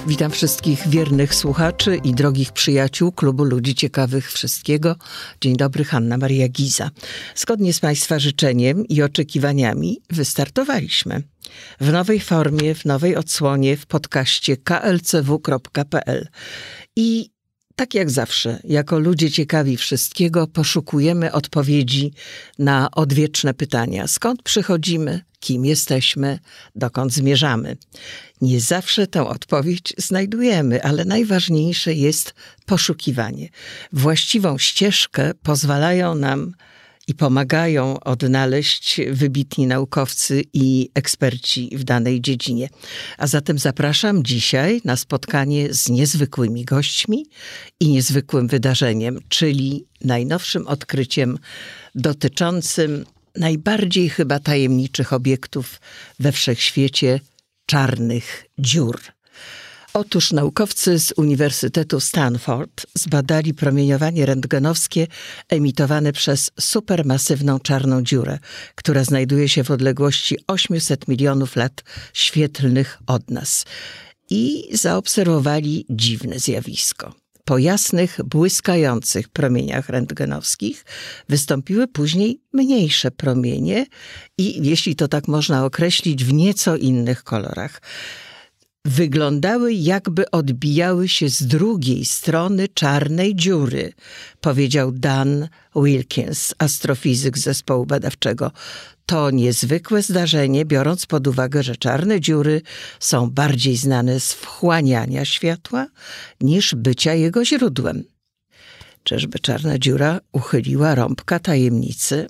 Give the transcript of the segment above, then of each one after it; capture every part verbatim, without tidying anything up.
Witam wszystkich wiernych słuchaczy i drogich przyjaciół Klubu Ludzi Ciekawych Wszystkiego. Dzień dobry, Hanna Maria Giza. Zgodnie z Państwa życzeniem i oczekiwaniami wystartowaliśmy. W nowej formie, w nowej odsłonie w podcaście k l c w kropka p l. I tak jak zawsze, jako ludzie ciekawi wszystkiego, poszukujemy odpowiedzi na odwieczne pytania. Skąd przychodzimy? Kim jesteśmy? Dokąd zmierzamy? Nie zawsze tę odpowiedź znajdujemy, ale najważniejsze jest poszukiwanie. Właściwą ścieżkę pozwalają nam i pomagają odnaleźć wybitni naukowcy i eksperci w danej dziedzinie. A zatem zapraszam dzisiaj na spotkanie z niezwykłymi gośćmi i niezwykłym wydarzeniem, czyli najnowszym odkryciem dotyczącym najbardziej chyba tajemniczych obiektów we wszechświecie – czarnych dziur. Otóż naukowcy z Uniwersytetu Stanford zbadali promieniowanie rentgenowskie emitowane przez supermasywną czarną dziurę, która znajduje się w odległości osiemset milionów lat świetlnych od nas. I zaobserwowali dziwne zjawisko. Po jasnych, błyskających promieniach rentgenowskich wystąpiły później mniejsze promienie i, jeśli to tak można określić, w nieco innych kolorach. Wyglądały, jakby odbijały się z drugiej strony czarnej dziury, powiedział Dan Wilkins, astrofizyk z zespołu badawczego. To niezwykłe zdarzenie, biorąc pod uwagę, że czarne dziury są bardziej znane z wchłaniania światła niż bycia jego źródłem. Czyżby czarna dziura uchyliła rąbka tajemnicy?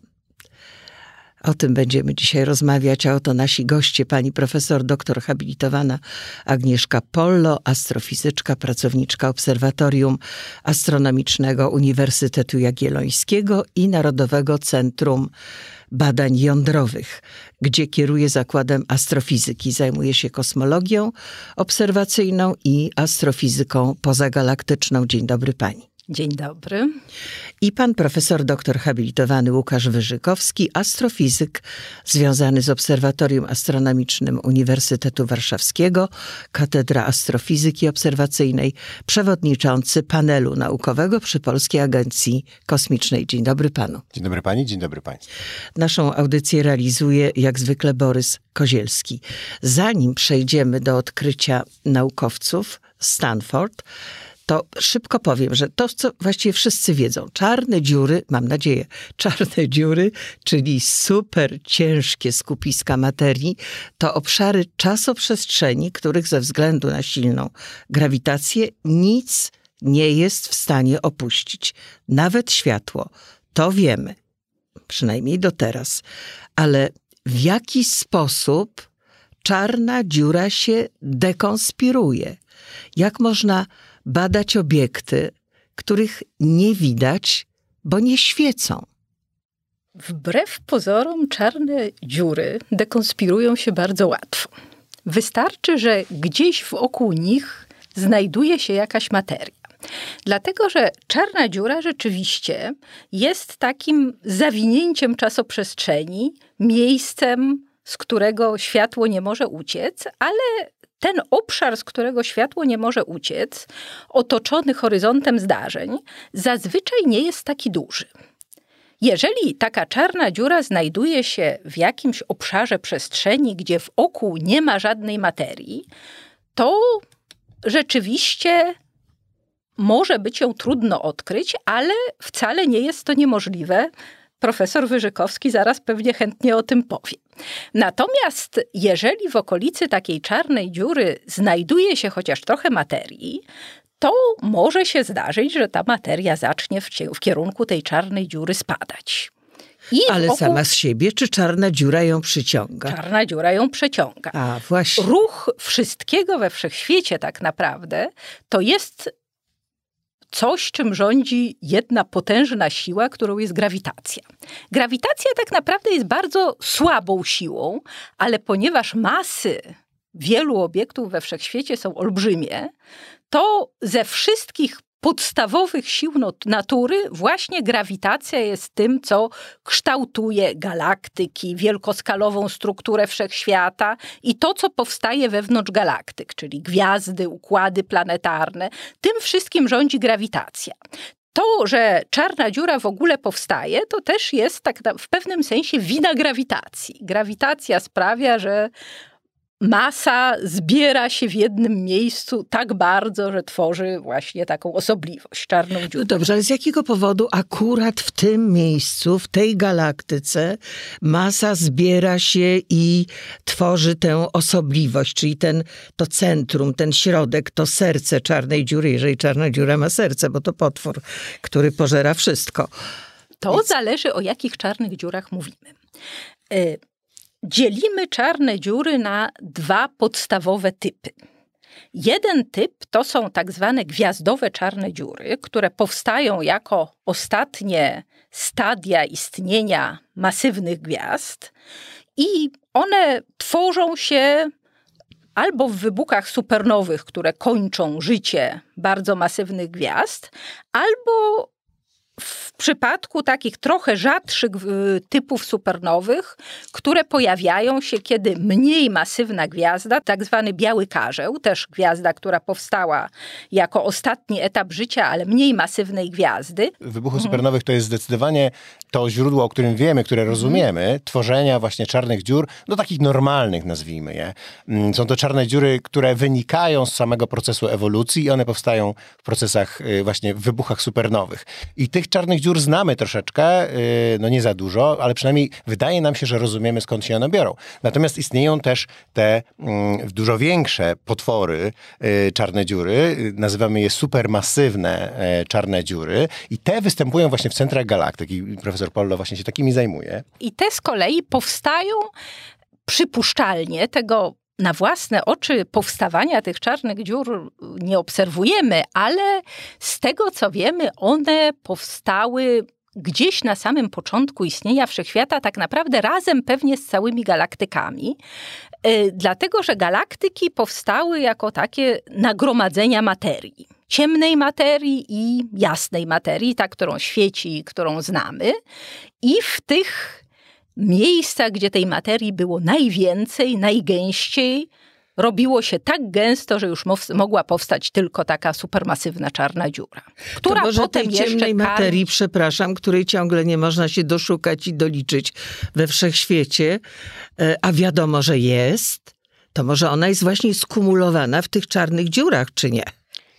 O tym będziemy dzisiaj rozmawiać, a oto nasi goście, pani profesor doktor habilitowana Agnieszka Pollo, astrofizyczka, pracowniczka Obserwatorium Astronomicznego Uniwersytetu Jagiellońskiego i Narodowego Centrum Badań Jądrowych, gdzie kieruje Zakładem Astrofizyki. Zajmuje się kosmologią obserwacyjną i astrofizyką pozagalaktyczną. Dzień dobry pani. Dzień dobry. I pan profesor doktor habilitowany Łukasz Wyżykowski, astrofizyk związany z Obserwatorium Astronomicznym Uniwersytetu Warszawskiego, Katedra Astrofizyki Obserwacyjnej, przewodniczący panelu naukowego przy Polskiej Agencji Kosmicznej. Dzień dobry panu. Dzień dobry pani, dzień dobry państwu. Naszą audycję realizuje jak zwykle Borys Kozielski. Zanim przejdziemy do odkrycia naukowców Stanford, to szybko powiem, że to, co właściwie wszyscy wiedzą, czarne dziury, mam nadzieję, czarne dziury, czyli super ciężkie skupiska materii, to obszary czasoprzestrzeni, których ze względu na silną grawitację nic nie jest w stanie opuścić. Nawet światło. To wiemy. Przynajmniej do teraz. Ale w jaki sposób czarna dziura się dekonspiruje? Jak można badać obiekty, których nie widać, bo nie świecą? Wbrew pozorom czarne dziury dekonspirują się bardzo łatwo. Wystarczy, że gdzieś wokół nich znajduje się jakaś materia. Dlatego, że czarna dziura rzeczywiście jest takim zawinięciem czasoprzestrzeni, miejscem, z którego światło nie może uciec, ale ten obszar, z którego światło nie może uciec, otoczony horyzontem zdarzeń, zazwyczaj nie jest taki duży. Jeżeli taka czarna dziura znajduje się w jakimś obszarze przestrzeni, gdzie wokół nie ma żadnej materii, to rzeczywiście może być ją trudno odkryć, ale wcale nie jest to niemożliwe. Profesor Wyżykowski zaraz pewnie chętnie o tym powie. Natomiast jeżeli w okolicy takiej czarnej dziury znajduje się chociaż trochę materii, to może się zdarzyć, że ta materia zacznie w, w kierunku tej czarnej dziury spadać. I Ale wokół... sama z siebie, czy czarna dziura ją przyciąga? Czarna dziura ją przeciąga. A, właśnie. Ruch wszystkiego we wszechświecie tak naprawdę to jest coś, czym rządzi jedna potężna siła, którą jest grawitacja. Grawitacja tak naprawdę jest bardzo słabą siłą, ale ponieważ masy wielu obiektów we wszechświecie są olbrzymie, to ze wszystkich podstawowych sił natury właśnie grawitacja jest tym, co kształtuje galaktyki, wielkoskalową strukturę wszechświata i to, co powstaje wewnątrz galaktyk, czyli gwiazdy, układy planetarne. Tym wszystkim rządzi grawitacja. To, że czarna dziura w ogóle powstaje, to też jest tak w pewnym sensie wina grawitacji. Grawitacja sprawia, że masa zbiera się w jednym miejscu tak bardzo, że tworzy właśnie taką osobliwość, czarną dziurę. No dobrze, ale z jakiego powodu akurat w tym miejscu, w tej galaktyce masa zbiera się i tworzy tę osobliwość, czyli ten, to centrum, ten środek, to serce czarnej dziury, jeżeli czarna dziura ma serce, bo to potwór, który pożera wszystko. To Więc... zależy, o jakich czarnych dziurach mówimy. Y- Dzielimy czarne dziury na dwa podstawowe typy. Jeden typ to są tak zwane gwiazdowe czarne dziury, które powstają jako ostatnie stadia istnienia masywnych gwiazd i one tworzą się albo w wybuchach supernowych, które kończą życie bardzo masywnych gwiazd, albo w przypadku takich trochę rzadszych typów supernowych, które pojawiają się, kiedy mniej masywna gwiazda, tak zwany biały karzeł, też gwiazda, która powstała jako ostatni etap życia, ale mniej masywnej gwiazdy. Wybuchy supernowych to jest zdecydowanie to źródło, o którym wiemy, które rozumiemy, mhm. tworzenia właśnie czarnych dziur, no takich normalnych nazwijmy je. Są to czarne dziury, które wynikają z samego procesu ewolucji i one powstają w procesach właśnie w wybuchach supernowych. I tych czarnych dziur znamy troszeczkę, no nie za dużo, ale przynajmniej wydaje nam się, że rozumiemy, skąd się one biorą. Natomiast istnieją też te dużo większe potwory, czarne dziury, nazywamy je supermasywne czarne dziury i te występują właśnie w centrach galaktyk i profesor Pollo właśnie się takimi zajmuje. I te z kolei powstają przypuszczalnie, tego na własne oczy powstawania tych czarnych dziur nie obserwujemy, ale z tego co wiemy, one powstały gdzieś na samym początku istnienia wszechświata, tak naprawdę razem pewnie z całymi galaktykami, yy, dlatego że galaktyki powstały jako takie nagromadzenia materii. Ciemnej materii i jasnej materii, ta, którą świeci, którą znamy. I w tych miejscach, gdzie tej materii było najwięcej, najgęściej, robiło się tak gęsto, że już mogła powstać tylko taka supermasywna czarna dziura. Która to może potem tej ciemnej jeszcze materii, karmi... przepraszam, której ciągle nie można się doszukać i doliczyć we wszechświecie, a wiadomo, że jest, to może ona jest właśnie skumulowana w tych czarnych dziurach, czy nie?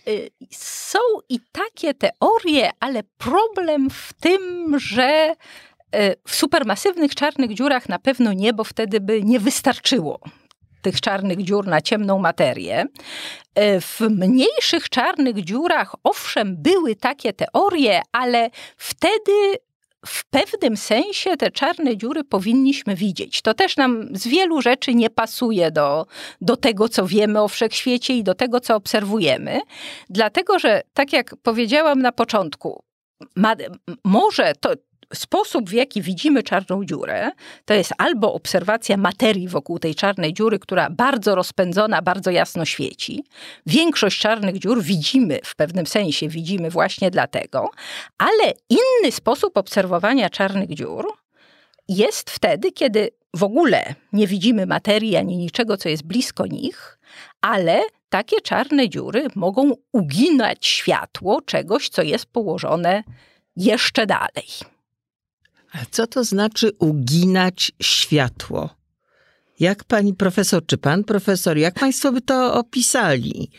Są i takie teorie, ale problem w tym, że w supermasywnych czarnych dziurach na pewno nie, bo wtedy by nie wystarczyło tych czarnych dziur na ciemną materię. W mniejszych czarnych dziurach owszem były takie teorie, ale wtedy w pewnym sensie te czarne dziury powinniśmy widzieć. To też nam z wielu rzeczy nie pasuje do, do tego, co wiemy o wszechświecie i do tego, co obserwujemy. Dlatego, że tak jak powiedziałam na początku, ma, może to sposób, w jaki widzimy czarną dziurę, to jest albo obserwacja materii wokół tej czarnej dziury, która bardzo rozpędzona, bardzo jasno świeci. Większość czarnych dziur widzimy, w pewnym sensie widzimy właśnie dlatego, ale inny sposób obserwowania czarnych dziur jest wtedy, kiedy w ogóle nie widzimy materii ani niczego, co jest blisko nich, ale takie czarne dziury mogą uginać światło czegoś, co jest położone jeszcze dalej. A co to znaczy uginać światło? Jak pani profesor, czy pan profesor, jak państwo by to opisali?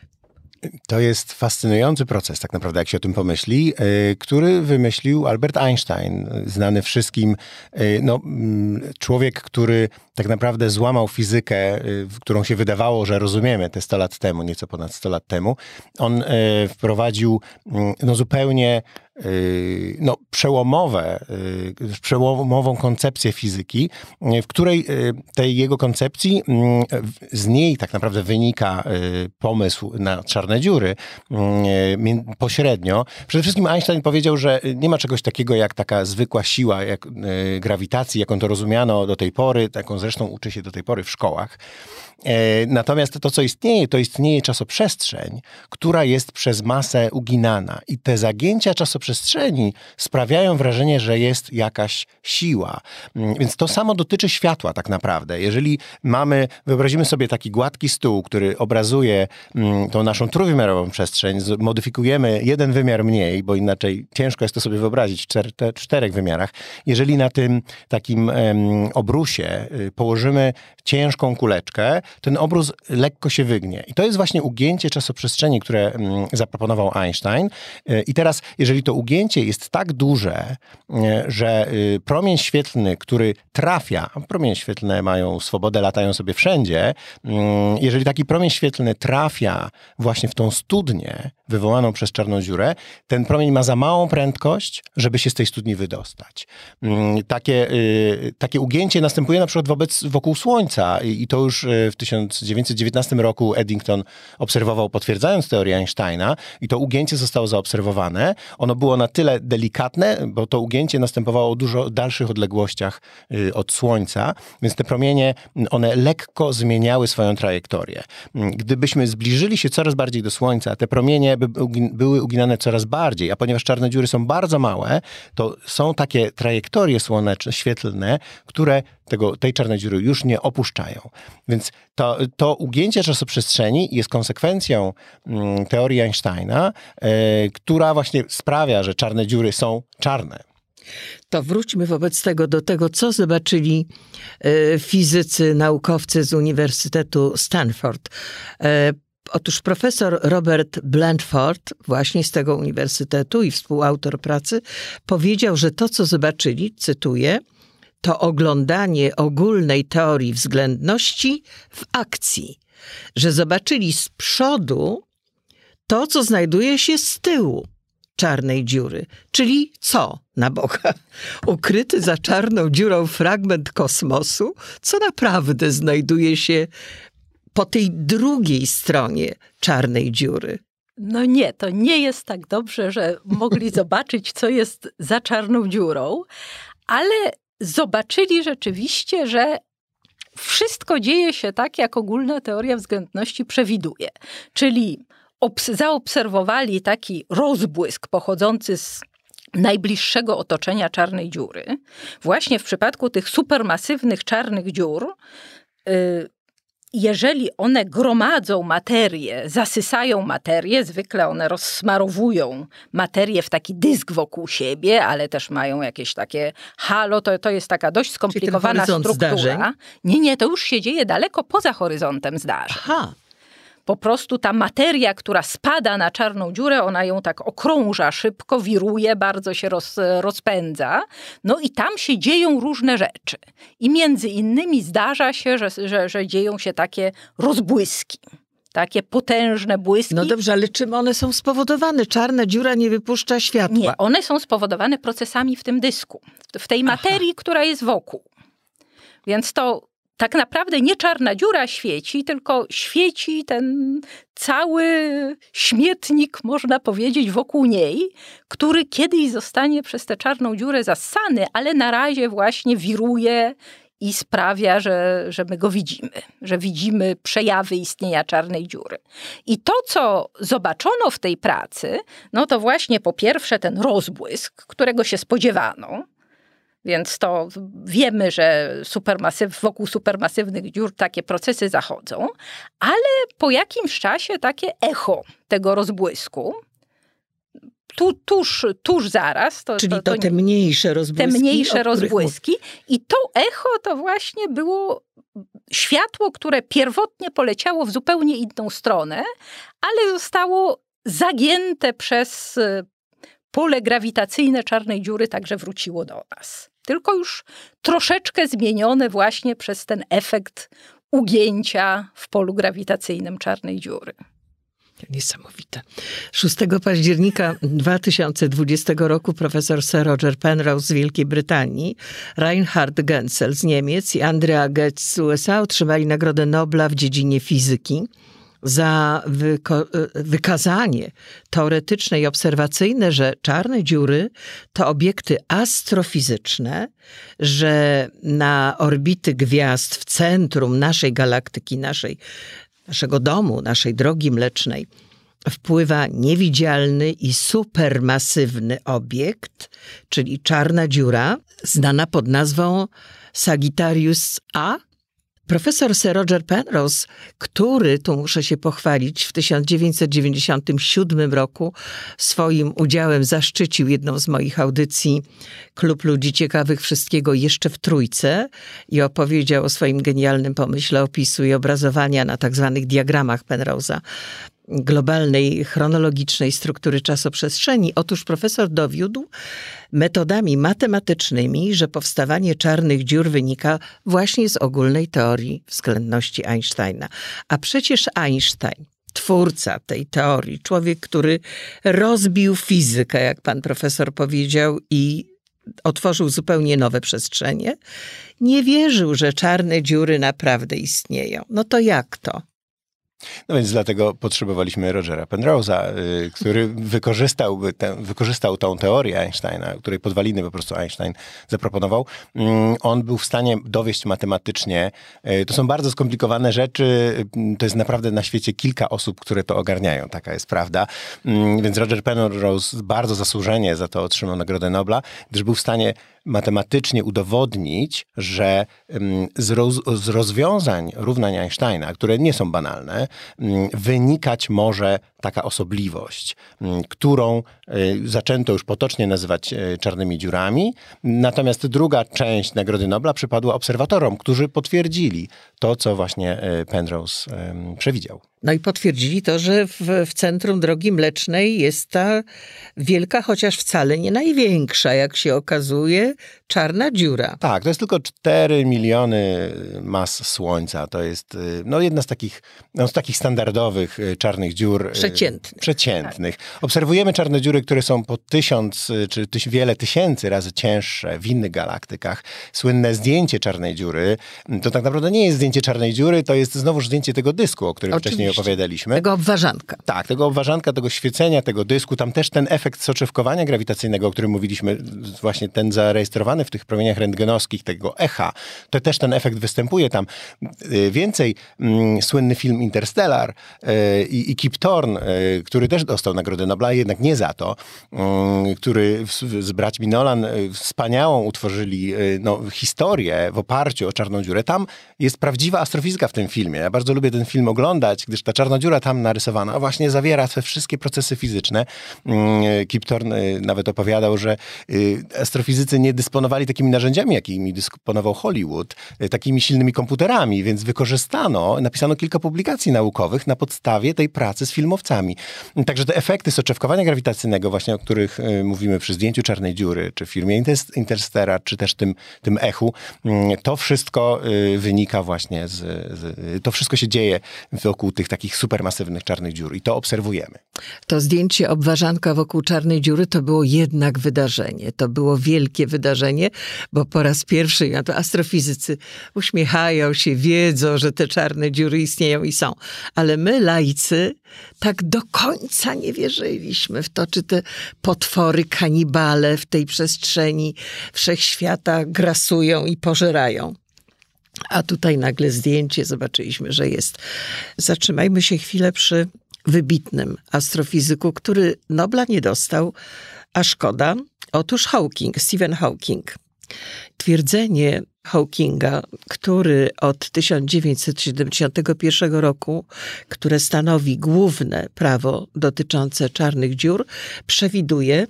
To jest fascynujący proces, tak naprawdę, jak się o tym pomyśli, który wymyślił Albert Einstein, znany wszystkim, no, człowiek, który tak naprawdę złamał fizykę, którą się wydawało, że rozumiemy te sto lat temu, nieco ponad sto lat temu. On wprowadził no, zupełnie no, przełomowe, przełomową koncepcję fizyki, w której tej jego koncepcji, z niej tak naprawdę wynika pomysł na czarne dziury pośrednio. Przede wszystkim Einstein powiedział, że nie ma czegoś takiego jak taka zwykła siła jak grawitacji, jaką to rozumiano do tej pory, taką zresztą uczy się do tej pory w szkołach. Natomiast to, co istnieje, to istnieje czasoprzestrzeń, która jest przez masę uginana. I te zagięcia czasoprzestrzeni sprawiają wrażenie, że jest jakaś siła. Więc to samo dotyczy światła tak naprawdę. Jeżeli mamy, wyobrazimy sobie taki gładki stół, który obrazuje tą naszą trójwymiarową przestrzeń, modyfikujemy jeden wymiar mniej, bo inaczej ciężko jest to sobie wyobrazić w czter- w czterech wymiarach. Jeżeli na tym takim um, obrusie położymy ciężką kuleczkę, ten obrus lekko się wygnie. I to jest właśnie ugięcie czasoprzestrzeni, które mm, zaproponował Einstein. I teraz, jeżeli to ugięcie jest tak duże, że y, promień świetlny, który trafia, a promienie świetlne mają swobodę, latają sobie wszędzie, y, jeżeli taki promień świetlny trafia właśnie w tą studnię wywołaną przez czarną dziurę, ten promień ma za małą prędkość, żeby się z tej studni wydostać. Y, takie, y, takie ugięcie następuje na przykład wobec, wokół Słońca i, i to już w tysiąc dziewięćset dziewiętnastym roku Eddington obserwował, potwierdzając teorię Einsteina, i to ugięcie zostało zaobserwowane. Ono było na tyle delikatne, bo to ugięcie następowało o dużo dalszych odległościach od Słońca, więc te promienie, one lekko zmieniały swoją trajektorię. Gdybyśmy zbliżyli się coraz bardziej do Słońca, te promienie by były uginane coraz bardziej, a ponieważ czarne dziury są bardzo małe, to są takie trajektorie słoneczne, świetlne, które tego, tej czarnej dziury już nie opuszczają. Więc to, to ugięcie czasoprzestrzeni jest konsekwencją mm, teorii Einsteina, e, która właśnie sprawia, że czarne dziury są czarne. To wróćmy wobec tego do tego, co zobaczyli e, fizycy, naukowcy z Uniwersytetu Stanford. E, Otóż profesor Robert Blandford, właśnie z tego uniwersytetu i współautor pracy, powiedział, że to, co zobaczyli, cytuję, to oglądanie ogólnej teorii względności w akcji. Że zobaczyli z przodu to, co znajduje się z tyłu czarnej dziury. Czyli co, na Boga? Ukryty za czarną dziurą fragment kosmosu, co naprawdę znajduje się po tej drugiej stronie czarnej dziury. No nie, to nie jest tak dobrze, że mogli zobaczyć, co jest za czarną dziurą, ale zobaczyli rzeczywiście, że wszystko dzieje się tak, jak ogólna teoria względności przewiduje. Czyli zaobserwowali taki rozbłysk pochodzący z najbliższego otoczenia czarnej dziury. Właśnie w przypadku tych supermasywnych czarnych dziur, yy, jeżeli one gromadzą materię, zasysają materię, zwykle one rozsmarowują materię w taki dysk wokół siebie, ale też mają jakieś takie halo, to, to jest taka dość skomplikowana struktura. Zdarzeń? Nie, nie, to już się dzieje daleko poza horyzontem zdarzeń. Aha. Po prostu ta materia, która spada na czarną dziurę, ona ją tak okrąża szybko, wiruje, bardzo się roz, rozpędza. No i tam się dzieją różne rzeczy. I między innymi zdarza się, że, że, że dzieją się takie rozbłyski. Takie potężne błyski. No dobrze, ale czym one są spowodowane? Czarna dziura nie wypuszcza światła. Nie, one są spowodowane procesami w tym dysku. W tej materii, Aha. która jest wokół. Więc to tak naprawdę nie czarna dziura świeci, tylko świeci ten cały śmietnik, można powiedzieć, wokół niej, który kiedyś zostanie przez tę czarną dziurę zassany, ale na razie właśnie wiruje i sprawia, że, że my go widzimy, że widzimy przejawy istnienia czarnej dziury. I to, co zobaczono w tej pracy, no to właśnie po pierwsze ten rozbłysk, którego się spodziewano. Więc to wiemy, że supermasyw, wokół supermasywnych dziur takie procesy zachodzą, ale po jakimś czasie takie echo tego rozbłysku, tu, tuż, tuż zaraz. To, Czyli to, to, to te mniejsze rozbłyski. Te mniejsze rozbłyski. I to echo to właśnie było światło, które pierwotnie poleciało w zupełnie inną stronę, ale zostało zagięte przez pole grawitacyjne czarnej dziury, także wróciło do nas. Tylko już troszeczkę zmienione właśnie przez ten efekt ugięcia w polu grawitacyjnym czarnej dziury. Niesamowite. szóstego października dwa tysiące dwudziestego roku profesor Sir Roger Penrose z Wielkiej Brytanii, Reinhard Genzel z Niemiec i Andrea Ghez z U S A otrzymali Nagrodę Nobla w dziedzinie fizyki za wyko- wykazanie teoretyczne i obserwacyjne, że czarne dziury to obiekty astrofizyczne, że na orbity gwiazd w centrum naszej galaktyki, naszej, naszego domu, naszej drogi mlecznej wpływa niewidzialny i supermasywny obiekt, czyli czarna dziura, znana pod nazwą Sagittarius A. Profesor Sir Roger Penrose, który, tu muszę się pochwalić, w tysiąc dziewięćset dziewięćdziesiątym siódmym roku swoim udziałem zaszczycił jedną z moich audycji Klub Ludzi Ciekawych Wszystkiego jeszcze w Trójce i opowiedział o swoim genialnym pomyśle opisu i obrazowania na tak zwanych diagramach Penrose'a globalnej, chronologicznej struktury czasoprzestrzeni. Otóż profesor dowiódł metodami matematycznymi, że powstawanie czarnych dziur wynika właśnie z ogólnej teorii względności Einsteina. A przecież Einstein, twórca tej teorii, człowiek, który rozbił fizykę, jak pan profesor powiedział, i otworzył zupełnie nowe przestrzenie, nie wierzył, że czarne dziury naprawdę istnieją. No to jak to? No więc dlatego potrzebowaliśmy Rogera Penrose'a, y, który wykorzystał, tę, wykorzystał tą teorię Einsteina, której podwaliny po prostu Einstein zaproponował. Y, on był w stanie dowieść matematycznie. Y, to są bardzo skomplikowane rzeczy. Y, to jest naprawdę na świecie kilka osób, które to ogarniają. Taka jest prawda. Y, więc Roger Penrose bardzo zasłużenie za to otrzymał Nagrodę Nobla, gdyż był w stanie matematycznie udowodnić, że z, roz, z rozwiązań równań Einsteina, które nie są banalne, wynikać może taka osobliwość, którą zaczęto już potocznie nazywać czarnymi dziurami. Natomiast druga część Nagrody Nobla przypadła obserwatorom, którzy potwierdzili to, co właśnie Penrose przewidział. No i potwierdzili to, że w, w centrum Drogi Mlecznej jest ta wielka, chociaż wcale nie największa, jak się okazuje, czarna dziura. Tak, to jest tylko cztery miliony mas Słońca. To jest no, jedna z takich, no, z takich standardowych czarnych dziur. Przeciętnych. Przeciętnych. Tak. Obserwujemy czarne dziury, które są po tysiąc czy tyś, wiele tysięcy razy cięższe w innych galaktykach. Słynne zdjęcie czarnej dziury, to tak naprawdę nie jest zdjęcie czarnej dziury, to jest znowuż zdjęcie tego dysku, o którym Oczywiście. wcześniej opowiadaliśmy. Tego obwarzanka. Tak, tego obwarzanka, tego świecenia, tego dysku. Tam też ten efekt soczewkowania grawitacyjnego, o którym mówiliśmy, właśnie ten zarejestrowany w tych promieniach rentgenowskich, tego echa, to też ten efekt występuje tam. Więcej, mm, słynny film Interstellar yy, i Kip Thorne, yy, który też dostał Nagrodę Nobla, jednak nie za to, yy, który z, z braćmi Nolan yy, wspaniałą utworzyli yy, no, historię w oparciu o czarną dziurę. Tam jest prawdziwa astrofizyka w tym filmie. Ja bardzo lubię ten film oglądać, gdyż ta czarna dziura tam narysowana właśnie zawiera te wszystkie procesy fizyczne. Kip Thorne nawet opowiadał, że astrofizycy nie dysponowali takimi narzędziami, jakimi dysponował Hollywood, takimi silnymi komputerami, więc wykorzystano, napisano kilka publikacji naukowych na podstawie tej pracy z filmowcami. Także te efekty soczewkowania grawitacyjnego, właśnie o których mówimy przy zdjęciu czarnej dziury, czy w filmie Interstellar, czy też tym, tym echu, to wszystko wynika właśnie z, z... To wszystko się dzieje wokół tych takich supermasywnych czarnych dziur i to obserwujemy. To zdjęcie obwarzanka wokół czarnej dziury to było jednak wydarzenie. To było wielkie wydarzenie, bo po raz pierwszy no to astrofizycy uśmiechają się, wiedzą, że te czarne dziury istnieją i są. Ale my, laicy, tak do końca nie wierzyliśmy w to, czy te potwory, kanibale w tej przestrzeni wszechświata grasują i pożerają. A tutaj nagle zdjęcie, zobaczyliśmy, że jest. Zatrzymajmy się chwilę przy wybitnym astrofizyku, który Nobla nie dostał, a szkoda. Otóż Hawking, Stephen Hawking. Twierdzenie Hawkinga, który od tysiąc dziewięćset siedemdziesiątego pierwszego roku, które stanowi główne prawo dotyczące czarnych dziur, przewiduje,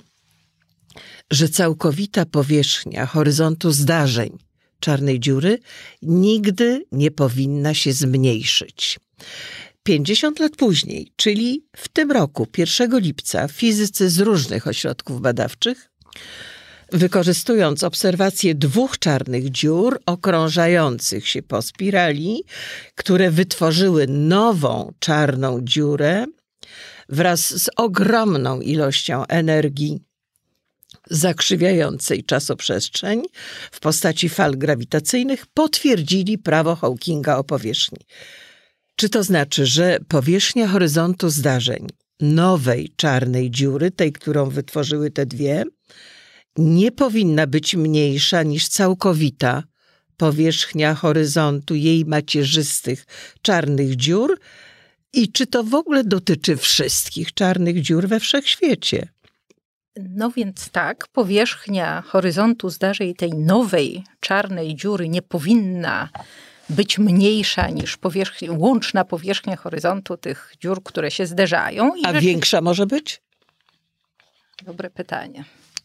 że całkowita powierzchnia horyzontu zdarzeń czarnej dziury nigdy nie powinna się zmniejszyć. pięćdziesiąt lat później, czyli w tym roku, pierwszego lipca, fizycy z różnych ośrodków badawczych, wykorzystując obserwacje dwóch czarnych dziur okrążających się po spirali, które wytworzyły nową czarną dziurę, wraz z ogromną ilością energii zakrzywiającej czasoprzestrzeń w postaci fal grawitacyjnych potwierdzili prawo Hawkinga o powierzchni. Czy to znaczy, że powierzchnia horyzontu zdarzeń nowej czarnej dziury, tej, którą wytworzyły te dwie, nie powinna być mniejsza niż całkowita powierzchnia horyzontu jej macierzystych czarnych dziur? I czy to w ogóle dotyczy wszystkich czarnych dziur we wszechświecie? No więc tak, powierzchnia horyzontu zdarzeń tej nowej czarnej dziury nie powinna być mniejsza niż powierzchnia, łączna powierzchnia horyzontu tych dziur, które się zderzają. I A rzeczy... większa może być? Dobre pytanie.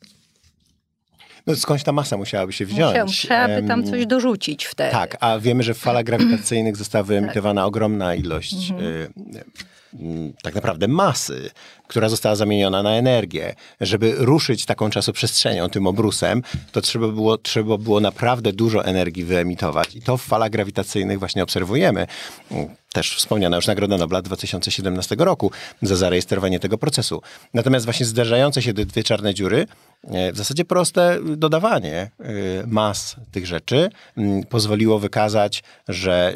No skądś ta masa musiałaby się wziąć. Musiał, trzeba by tam coś dorzucić wtedy. Tak, a wiemy, że w falach grawitacyjnych została wyemitowana ogromna ilość mhm. y, y, tak naprawdę masy, która została zamieniona na energię. Żeby ruszyć taką czasoprzestrzenią, tym obrusem, to trzeba było, trzeba było naprawdę dużo energii wyemitować. I to w falach grawitacyjnych właśnie obserwujemy. Też wspomniana już Nagroda Nobla dwa tysiące siedemnastego roku za zarejestrowanie tego procesu. Natomiast właśnie zderzające się te dwie czarne dziury, w zasadzie proste dodawanie mas tych rzeczy pozwoliło wykazać, że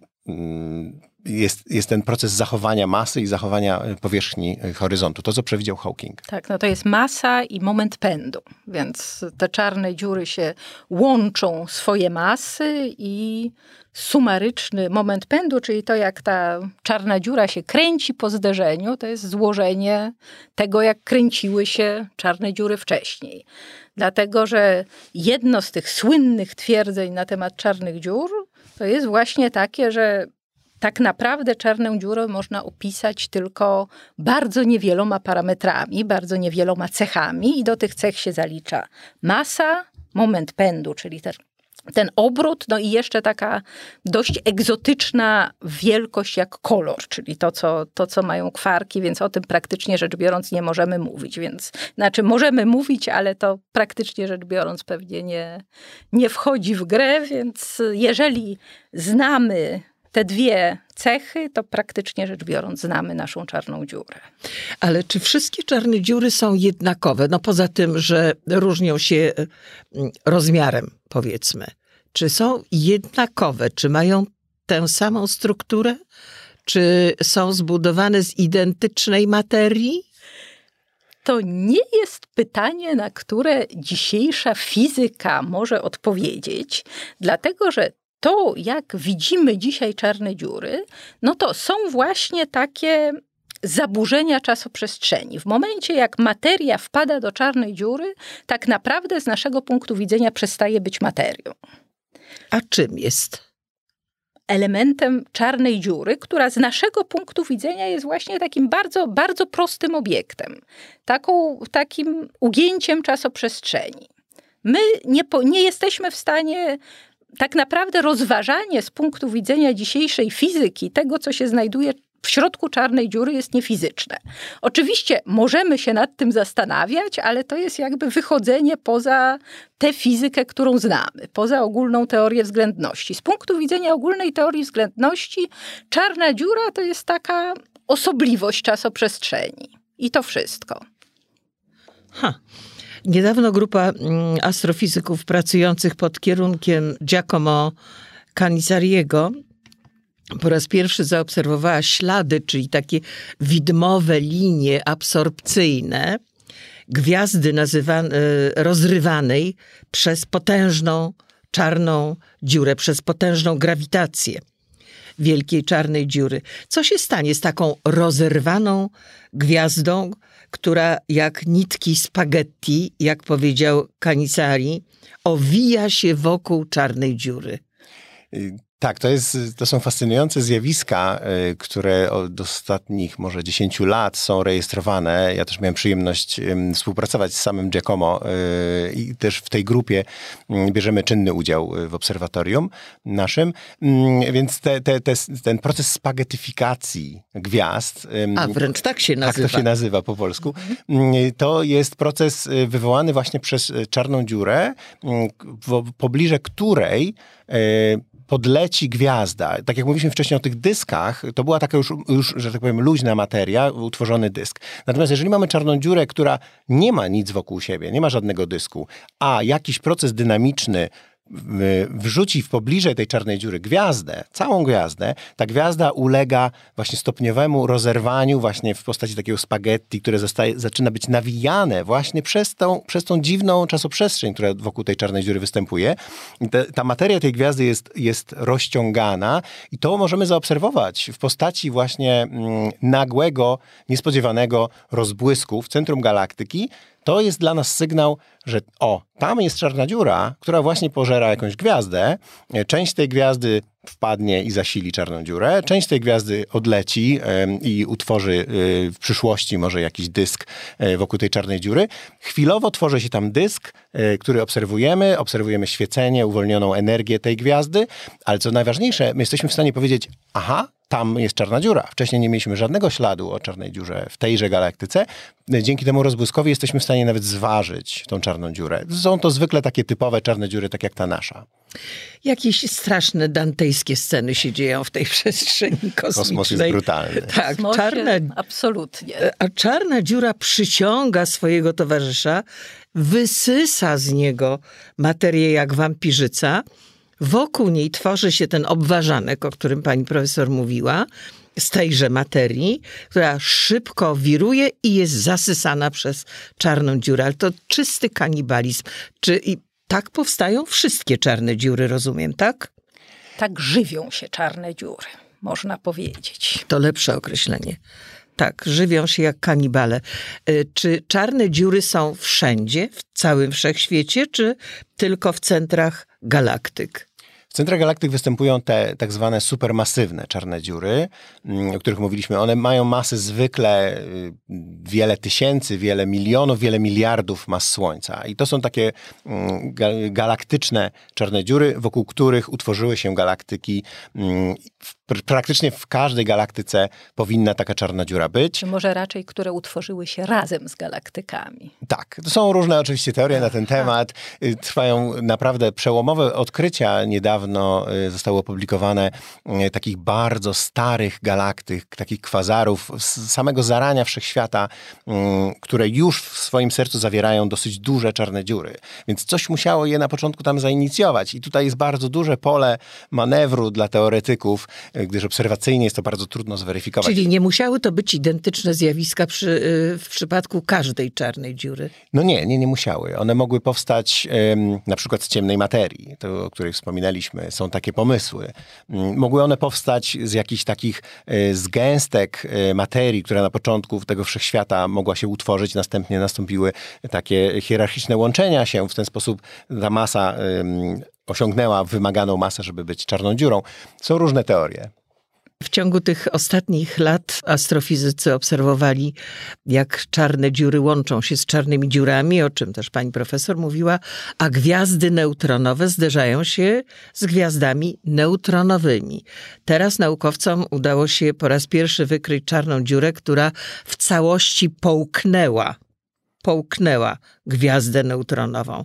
jest, jest ten proces zachowania masy i zachowania powierzchni horyzontu. To, co przewidział Hawking. Tak, no to jest masa i moment pędu. Więc te czarne dziury się łączą swoje masy i sumaryczny moment pędu, czyli to, jak ta czarna dziura się kręci po zderzeniu, to jest złożenie tego, jak kręciły się czarne dziury wcześniej. Dlatego, że jedno z tych słynnych twierdzeń na temat czarnych dziur to jest właśnie takie, że tak naprawdę czarną dziurę można opisać tylko bardzo niewieloma parametrami, bardzo niewieloma cechami i do tych cech się zalicza masa, moment pędu, czyli ten, ten obrót, no i jeszcze taka dość egzotyczna wielkość jak kolor, czyli to co, to, co mają kwarki, więc o tym praktycznie rzecz biorąc nie możemy mówić. Więc, znaczy możemy mówić, ale to praktycznie rzecz biorąc pewnie nie, nie wchodzi w grę, więc jeżeli znamy te dwie cechy, to praktycznie rzecz biorąc znamy naszą czarną dziurę. Ale czy wszystkie czarne dziury są jednakowe? No poza tym, że różnią się rozmiarem, powiedzmy. Czy są jednakowe? Czy mają tę samą strukturę? Czy są zbudowane z identycznej materii? To nie jest pytanie, na które dzisiejsza fizyka może odpowiedzieć, dlatego że to, jak widzimy dzisiaj czarne dziury, no to są właśnie takie zaburzenia czasoprzestrzeni. W momencie, jak materia wpada do czarnej dziury, tak naprawdę z naszego punktu widzenia przestaje być materią. A czym jest? Elementem czarnej dziury, która z naszego punktu widzenia jest właśnie takim bardzo, bardzo prostym obiektem. Taką, takim ugięciem czasoprzestrzeni. My nie, po, nie jesteśmy w stanie... Tak naprawdę rozważanie z punktu widzenia dzisiejszej fizyki tego, co się znajduje w środku czarnej dziury, jest niefizyczne. Oczywiście możemy się nad tym zastanawiać, ale to jest jakby wychodzenie poza tę fizykę, którą znamy, poza ogólną teorię względności. Z punktu widzenia ogólnej teorii względności czarna dziura to jest taka osobliwość czasoprzestrzeni. I to wszystko. Ha. Niedawno grupa astrofizyków pracujących pod kierunkiem Giacomo Cannizzariego po raz pierwszy zaobserwowała ślady, czyli takie widmowe linie absorpcyjne gwiazdy nazywane, rozrywanej przez potężną czarną dziurę, przez potężną grawitację wielkiej czarnej dziury. Co się stanie z taką rozerwaną gwiazdą, która jak nitki spaghetti, jak powiedział Cannizzari, owija się wokół czarnej dziury? Tak, to, jest, to są fascynujące zjawiska, y, które od ostatnich może dziesięciu lat są rejestrowane. Ja też miałem przyjemność y, współpracować z samym Giacomo y, i też w tej grupie y, bierzemy czynny udział w obserwatorium naszym. Y, więc te, te, te, ten proces spaghetyfikacji gwiazd... Y, A wręcz tak się nazywa. Tak to się nazywa po polsku. Y, to jest proces wywołany właśnie przez czarną dziurę, y, w pobliże której... Y, podleci gwiazda, tak jak mówiliśmy wcześniej o tych dyskach, to była taka już, już, że tak powiem, luźna materia, utworzony dysk. Natomiast jeżeli mamy czarną dziurę, która nie ma nic wokół siebie, nie ma żadnego dysku, a jakiś proces dynamiczny wrzuci w pobliże tej czarnej dziury gwiazdę, całą gwiazdę, ta gwiazda ulega właśnie stopniowemu rozerwaniu właśnie w postaci takiego spaghetti, które zostaje, zaczyna być nawijane właśnie przez tą, przez tą dziwną czasoprzestrzeń, która wokół tej czarnej dziury występuje. Ta, ta materia tej gwiazdy jest, jest rozciągana i to możemy zaobserwować w postaci właśnie mm, nagłego, niespodziewanego rozbłysku w centrum galaktyki. To jest dla nas sygnał, że o, tam jest czarna dziura, która właśnie pożera jakąś gwiazdę. Część tej gwiazdy wpadnie i zasili czarną dziurę. Część tej gwiazdy odleci y, i utworzy y, w przyszłości może jakiś dysk y, wokół tej czarnej dziury. Chwilowo tworzy się tam dysk, y, który obserwujemy. Obserwujemy świecenie, uwolnioną energię tej gwiazdy, ale co najważniejsze, my jesteśmy w stanie powiedzieć, aha, tam jest czarna dziura. Wcześniej nie mieliśmy żadnego śladu o czarnej dziurze w tejże galaktyce. Dzięki temu rozbłyskowi jesteśmy w stanie nawet zważyć tą czarną dziurę. Są to zwykle takie typowe czarne dziury, tak jak ta nasza. Jakieś straszne dantejskie sceny się dzieją w tej przestrzeni kosmicznej. Kosmos jest brutalny. Tak, Kosmosie, czarna, absolutnie. a czarna dziura przyciąga swojego towarzysza, wysysa z niego materię jak wampirzyca. Wokół niej tworzy się ten obwarzanek, o którym pani profesor mówiła, z tejże materii, która szybko wiruje i jest zasysana przez czarną dziurę. Ale to czysty kanibalizm. Czy i tak powstają wszystkie czarne dziury, rozumiem, tak? Tak żywią się czarne dziury, można powiedzieć. To lepsze określenie. Tak, żywią się jak kanibale. Czy czarne dziury są wszędzie, w całym wszechświecie, czy tylko w centrach galaktyk? W centrach galaktyk występują te tak zwane supermasywne czarne dziury, o których mówiliśmy. One mają masy zwykle wiele tysięcy, wiele milionów, wiele miliardów mas Słońca. I to są takie galaktyczne czarne dziury, wokół których utworzyły się galaktyki. Praktycznie w każdej galaktyce powinna taka czarna dziura być. Czy może raczej, które utworzyły się razem z galaktykami? Tak, to są różne oczywiście teorie na ten temat. Trwają naprawdę przełomowe odkrycia. Niedawno zostały opublikowane takich bardzo starych galaktyk, takich kwazarów z samego zarania wszechświata, które już w swoim sercu zawierają dosyć duże czarne dziury. Więc coś musiało je na początku tam zainicjować. I tutaj jest bardzo duże pole manewru dla teoretyków, gdyż obserwacyjnie jest to bardzo trudno zweryfikować. Czyli nie musiały to być identyczne zjawiska przy, w przypadku każdej czarnej dziury? No nie, nie, nie musiały. One mogły powstać ym, na przykład z ciemnej materii, to, o której wspominaliśmy. Są takie pomysły. Ym, mogły one powstać z jakichś takich y, zgęstek y, materii, która na początku tego wszechświata mogła się utworzyć. Następnie nastąpiły takie hierarchiczne łączenia się. W ten sposób ta masa ym, osiągnęła wymaganą masę, żeby być czarną dziurą. Są różne teorie. W ciągu tych ostatnich lat astrofizycy obserwowali, jak czarne dziury łączą się z czarnymi dziurami, o czym też pani profesor mówiła, a gwiazdy neutronowe zderzają się z gwiazdami neutronowymi. Teraz naukowcom udało się po raz pierwszy wykryć czarną dziurę, która w całości połknęła, połknęła gwiazdę neutronową.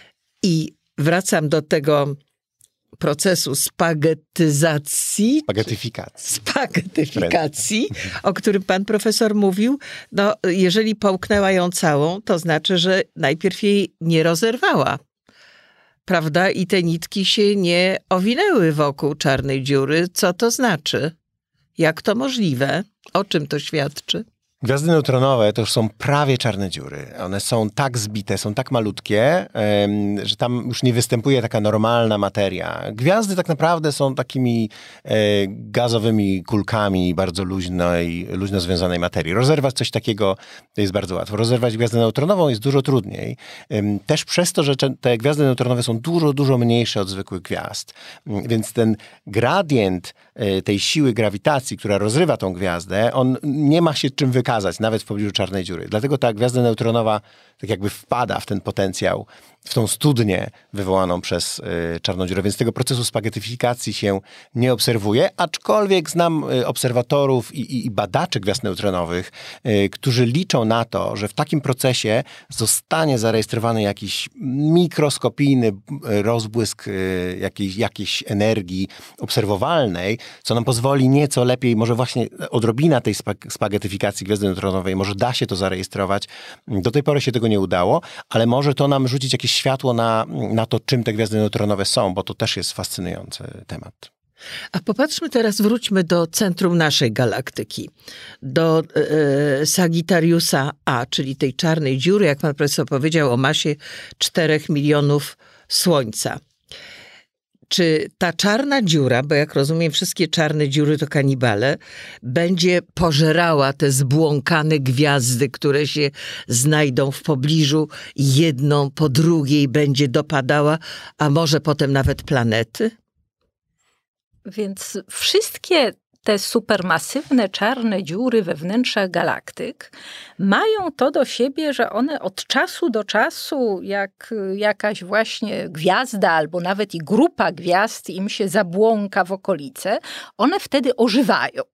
I wracam do tego procesu spaghetyzacji. Spaghetyfikacji. Spaghetyfikacji, o którym pan profesor mówił. No, jeżeli połknęła ją całą, to znaczy, że najpierw jej nie rozerwała. Prawda? I te nitki się nie owinęły wokół czarnej dziury. Co to znaczy? Jak to możliwe? O czym to świadczy? Gwiazdy neutronowe to już są prawie czarne dziury. One są tak zbite, są tak malutkie, że tam już nie występuje taka normalna materia. Gwiazdy tak naprawdę są takimi gazowymi kulkami bardzo luźnej, luźno związanej materii. Rozerwać coś takiego jest bardzo łatwo. Rozerwać gwiazdę neutronową jest dużo trudniej. Też przez to, że te gwiazdy neutronowe są dużo, dużo mniejsze od zwykłych gwiazd. Więc ten gradient tej siły grawitacji, która rozrywa tą gwiazdę, on nie ma się czym wykazać przekazać, nawet w pobliżu czarnej dziury. Dlatego ta gwiazda neutronowa tak jakby wpada w ten potencjał, w tą studnię wywołaną przez y, czarną dziurę, więc tego procesu spaghetyfikacji się nie obserwuje, aczkolwiek znam y, obserwatorów i, i, i badaczy gwiazd neutronowych, y, którzy liczą na to, że w takim procesie zostanie zarejestrowany jakiś mikroskopijny y, rozbłysk y, jakiejś, jakiejś energii obserwowalnej, co nam pozwoli nieco lepiej, może właśnie odrobina tej spag- spaghetyfikacji gwiazdy neutronowej, może da się to zarejestrować. Do tej pory się tego nie udało, ale może to nam rzucić jakieś światło na, na to, czym te gwiazdy neutronowe są, bo to też jest fascynujący temat. A popatrzmy teraz, wróćmy do centrum naszej galaktyki, do e, Sagittariusa A, czyli tej czarnej dziury, jak pan profesor powiedział, o masie czterech milionów Słońca. Czy ta czarna dziura, bo jak rozumiem wszystkie czarne dziury to kanibale, będzie pożerała te zbłąkane gwiazdy, które się znajdą w pobliżu, jedną po drugiej będzie dopadała, a może potem nawet planety? Więc wszystkie te supermasywne czarne dziury we wnętrzach galaktyk mają to do siebie, że one od czasu do czasu, jak jakaś właśnie gwiazda albo nawet i grupa gwiazd im się zabłąka w okolice, one wtedy ożywają.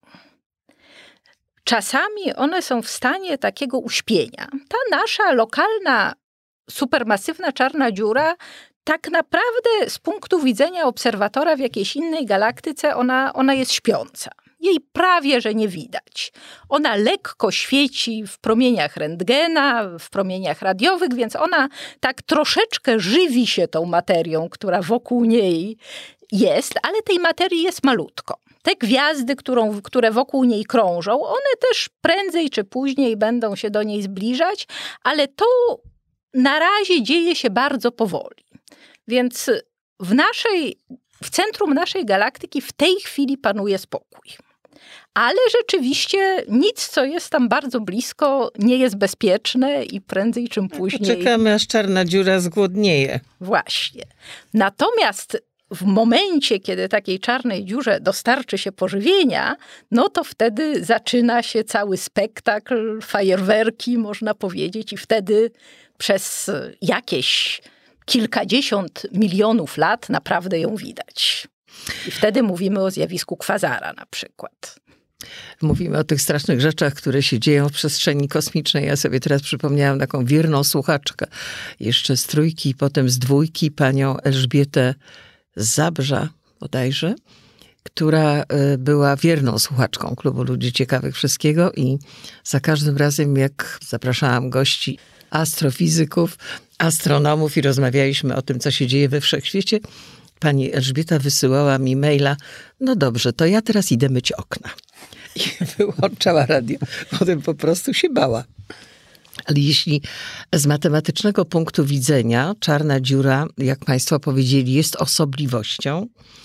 Czasami one są w stanie takiego uśpienia. Ta nasza lokalna supermasywna czarna dziura tak naprawdę z punktu widzenia obserwatora w jakiejś innej galaktyce ona, ona jest śpiąca. Jej prawie, że nie widać. Ona lekko świeci w promieniach rentgena, w promieniach radiowych, więc ona tak troszeczkę żywi się tą materią, która wokół niej jest, ale tej materii jest malutko. Te gwiazdy, którą, które wokół niej krążą, one też prędzej czy później będą się do niej zbliżać, ale to na razie dzieje się bardzo powoli. Więc w naszej, w centrum naszej galaktyki w tej chwili panuje spokój. Ale rzeczywiście nic, co jest tam bardzo blisko, nie jest bezpieczne i prędzej czym później... Czekamy, aż czarna dziura zgłodnieje. Właśnie. Natomiast w momencie, kiedy takiej czarnej dziurze dostarczy się pożywienia, no to wtedy zaczyna się cały spektakl, fajerwerki, można powiedzieć, i wtedy przez jakieś kilkadziesiąt milionów lat naprawdę ją widać. I wtedy mówimy o zjawisku kwazara na przykład. Mówimy o tych strasznych rzeczach, które się dzieją w przestrzeni kosmicznej. Ja sobie teraz przypomniałam taką wierną słuchaczkę. Jeszcze z trójki, potem z dwójki, panią Elżbietę z Zabrza bodajże, która była wierną słuchaczką Klubu Ludzi Ciekawych Wszystkiego i za każdym razem, jak zapraszałam gości, astrofizyków, astronomów i rozmawialiśmy o tym, co się dzieje we wszechświecie, pani Elżbieta wysyłała mi maila: no dobrze, to ja teraz idę myć okna. I wyłączała radio. Potem po prostu się bała. Ale jeśli z matematycznego punktu widzenia czarna dziura, jak państwo powiedzieli, jest osobliwością,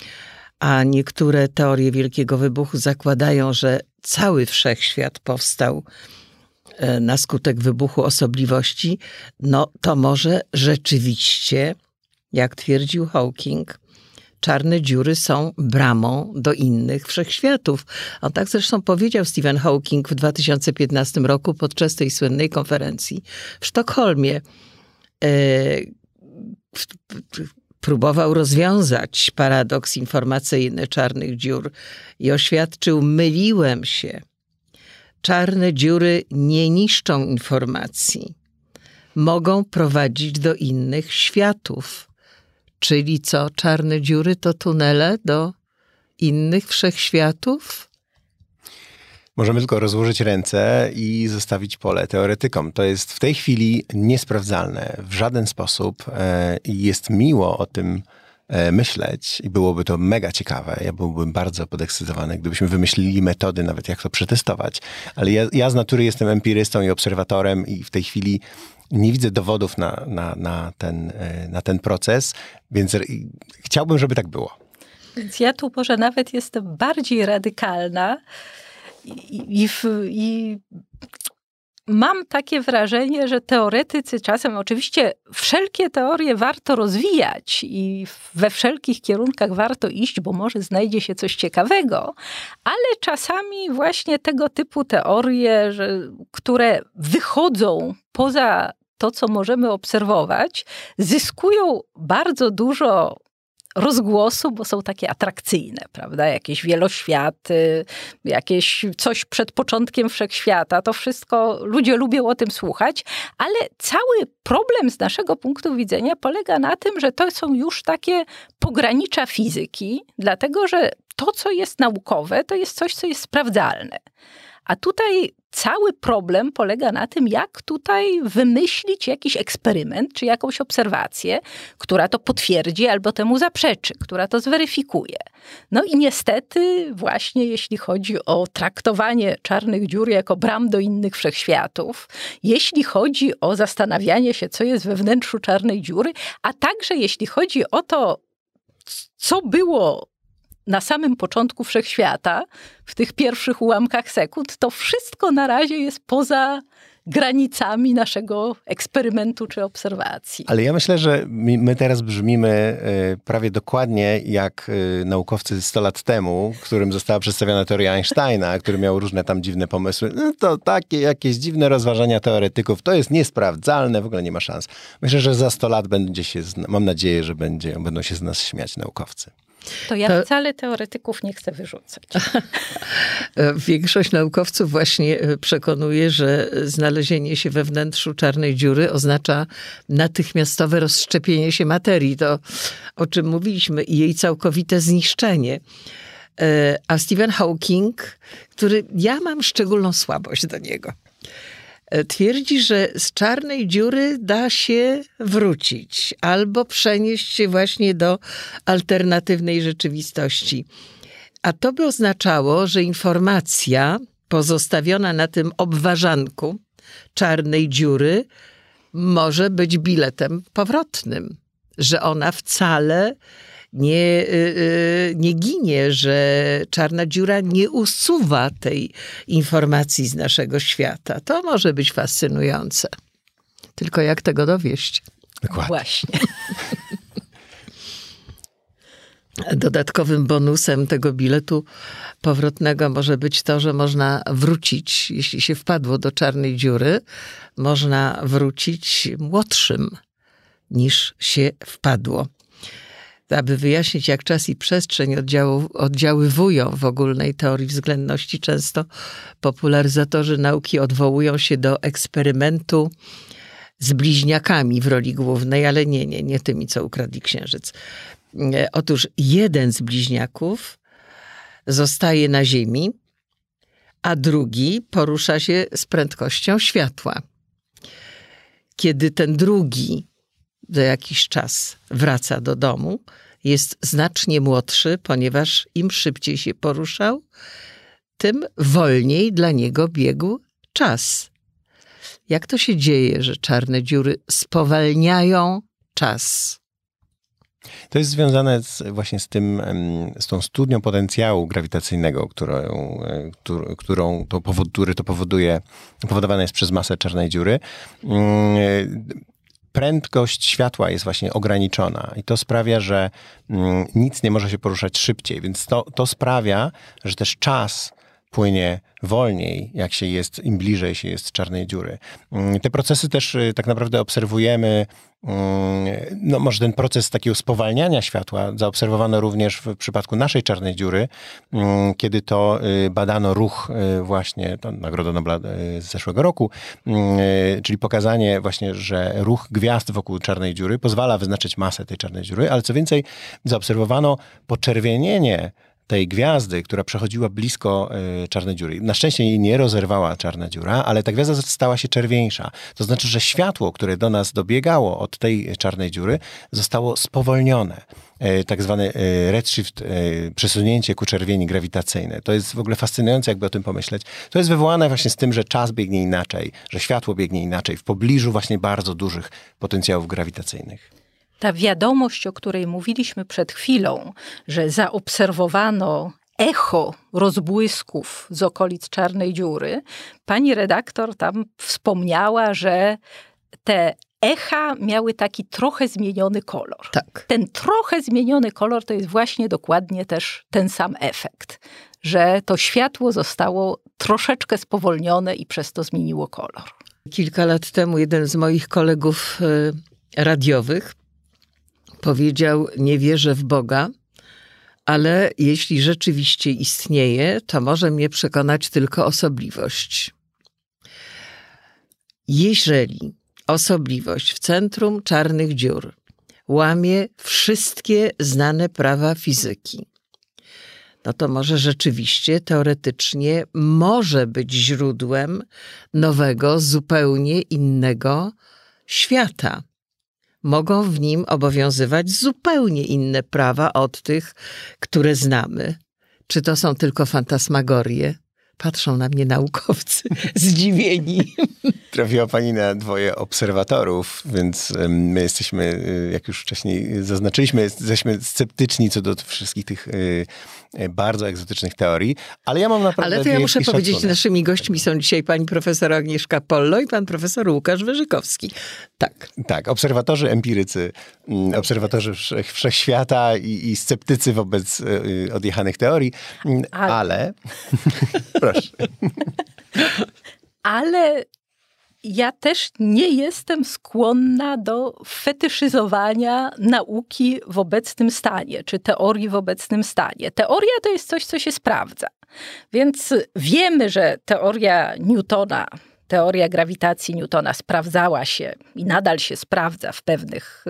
a niektóre teorie Wielkiego Wybuchu zakładają, że cały wszechświat powstał na skutek wybuchu osobliwości, no to może rzeczywiście, jak twierdził Hawking, czarne dziury są bramą do innych wszechświatów. On tak zresztą powiedział Stephen Hawking w dwa tysiące piętnastym roku podczas tej słynnej konferencji w Sztokholmie. E, próbował rozwiązać paradoks informacyjny czarnych dziur i oświadczył: myliłem się. Czarne dziury nie niszczą informacji. Mogą prowadzić do innych światów. Czyli co? Czarne dziury to tunele do innych wszechświatów? Możemy tylko rozłożyć ręce i zostawić pole teoretykom. To jest w tej chwili niesprawdzalne w żaden sposób i jest miło o tym myśleć i byłoby to mega ciekawe. Ja byłbym bardzo podekscytowany, gdybyśmy wymyślili metody nawet, jak to przetestować. Ale ja, ja z natury jestem empirystą i obserwatorem i w tej chwili nie widzę dowodów na, na, na, ten, na ten proces, więc chciałbym, żeby tak było. Więc ja tu może nawet jestem bardziej radykalna i, i, i mam takie wrażenie, że teoretycy czasem, oczywiście wszelkie teorie warto rozwijać i we wszelkich kierunkach warto iść, bo może znajdzie się coś ciekawego, ale czasami właśnie tego typu teorie, że, które wychodzą poza to, co możemy obserwować, zyskują bardzo dużo rozgłosu, bo są takie atrakcyjne, prawda? Jakieś wieloświaty, jakieś coś przed początkiem wszechświata. To wszystko ludzie lubią o tym słuchać, ale cały problem z naszego punktu widzenia polega na tym, że to są już takie pogranicza fizyki, dlatego że to, co jest naukowe, to jest coś, co jest sprawdzalne. A tutaj cały problem polega na tym, jak tutaj wymyślić jakiś eksperyment, czy jakąś obserwację, która to potwierdzi albo temu zaprzeczy, która to zweryfikuje. No i niestety właśnie jeśli chodzi o traktowanie czarnych dziur jako bram do innych wszechświatów, jeśli chodzi o zastanawianie się, co jest we wnętrzu czarnej dziury, a także jeśli chodzi o to, co było na samym początku wszechświata, w tych pierwszych ułamkach sekund, to wszystko na razie jest poza granicami naszego eksperymentu czy obserwacji. Ale ja myślę, że my teraz brzmimy prawie dokładnie jak naukowcy sto lat temu, którym została przedstawiona teoria Einsteina, który miał różne tam dziwne pomysły. No to takie jakieś dziwne rozważania teoretyków, to jest niesprawdzalne, w ogóle nie ma szans. Myślę, że za sto lat będzie się, mam nadzieję, że będzie, będą się z nas śmiać naukowcy. To ja to... wcale teoretyków nie chcę wyrzucać. Większość naukowców właśnie przekonuje, że znalezienie się we wnętrzu czarnej dziury oznacza natychmiastowe rozszczepienie się materii. To, o czym mówiliśmy, i jej całkowite zniszczenie. A Stephen Hawking, który ja mam szczególną słabość do niego, twierdzi, że z czarnej dziury da się wrócić albo przenieść się właśnie do alternatywnej rzeczywistości. A to by oznaczało, że informacja pozostawiona na tym obwarzanku czarnej dziury może być biletem powrotnym, że ona wcale nie, nie ginie, że czarna dziura nie usuwa tej informacji z naszego świata. To może być fascynujące. Tylko jak tego dowieść? Dokładnie. Właśnie. Dodatkowym bonusem tego biletu powrotnego może być to, że można wrócić, jeśli się wpadło do czarnej dziury, można wrócić młodszym niż się wpadło. Aby wyjaśnić, jak czas i przestrzeń oddziału, oddziaływują w ogólnej teorii względności, często popularyzatorzy nauki odwołują się do eksperymentu z bliźniakami w roli głównej, ale nie, nie, nie tymi, co ukradli księżyc. Otóż jeden z bliźniaków zostaje na Ziemi, a drugi porusza się z prędkością światła. Kiedy ten drugi za jakiś czas wraca do domu, jest znacznie młodszy, ponieważ im szybciej się poruszał, tym wolniej dla niego biegł czas. Jak to się dzieje, że czarne dziury spowalniają czas? To jest związane z, właśnie z tym, z tą studnią potencjału grawitacyjnego, którą, którą to powod, który to powoduje, powodowane jest przez masę czarnej dziury. Prędkość światła jest właśnie ograniczona i to sprawia, że mm, nic nie może się poruszać szybciej, więc to, to sprawia, że też czas płynie wolniej, jak się jest, im bliżej się jest czarnej dziury. Te procesy też tak naprawdę obserwujemy, no może ten proces takiego spowalniania światła zaobserwowano również w przypadku naszej czarnej dziury, kiedy to badano ruch właśnie, to Nagroda Nobla z zeszłego roku, czyli pokazanie właśnie, że ruch gwiazd wokół czarnej dziury pozwala wyznaczyć masę tej czarnej dziury, ale co więcej, zaobserwowano poczerwienienie tej gwiazdy, która przechodziła blisko y, czarnej dziury. Na szczęście jej nie rozerwała czarna dziura, ale ta gwiazda stała się czerwieńsza. To znaczy, że światło, które do nas dobiegało od tej czarnej dziury, zostało spowolnione. Y, tak zwany y, redshift, y, przesunięcie ku czerwieni grawitacyjne. To jest w ogóle fascynujące, jakby o tym pomyśleć. To jest wywołane właśnie z tym, że czas biegnie inaczej, że światło biegnie inaczej, w pobliżu właśnie bardzo dużych potencjałów grawitacyjnych. Ta wiadomość, o której mówiliśmy przed chwilą, że zaobserwowano echo rozbłysków z okolic czarnej dziury, pani redaktor tam wspomniała, że te echa miały taki trochę zmieniony kolor. Tak. Ten trochę zmieniony kolor to jest właśnie dokładnie też ten sam efekt, że to światło zostało troszeczkę spowolnione i przez to zmieniło kolor. Kilka lat temu jeden z moich kolegów y, radiowych powiedział: nie wierzę w Boga, ale jeśli rzeczywiście istnieje, to może mnie przekonać tylko osobliwość. Jeżeli osobliwość w centrum czarnych dziur łamie wszystkie znane prawa fizyki, no to może rzeczywiście, teoretycznie może być źródłem nowego, zupełnie innego świata. Mogą w nim obowiązywać zupełnie inne prawa od tych, które znamy. Czy to są tylko fantasmagorie? Patrzą na mnie naukowcy zdziwieni. Trafiła pani na dwoje obserwatorów, więc my jesteśmy, jak już wcześniej zaznaczyliśmy, jesteśmy sceptyczni co do wszystkich tych bardzo egzotycznych teorii, ale ja mam naprawdę Ale to ja muszę powiedzieć, szacunek. naszymi gośćmi są dzisiaj pani profesor Agnieszka Pollo i pan profesor Łukasz Wyrzykowski. Tak. Tak, obserwatorzy empirycy, obserwatorzy wszech, wszechświata i, i sceptycy wobec y, odjechanych teorii, ale... ale... Proszę. Ale ja też nie jestem skłonna do fetyszyzowania nauki w obecnym stanie, czy teorii w obecnym stanie. Teoria to jest coś, co się sprawdza. Więc wiemy, że teoria Newtona, teoria grawitacji Newtona sprawdzała się i nadal się sprawdza w pewnych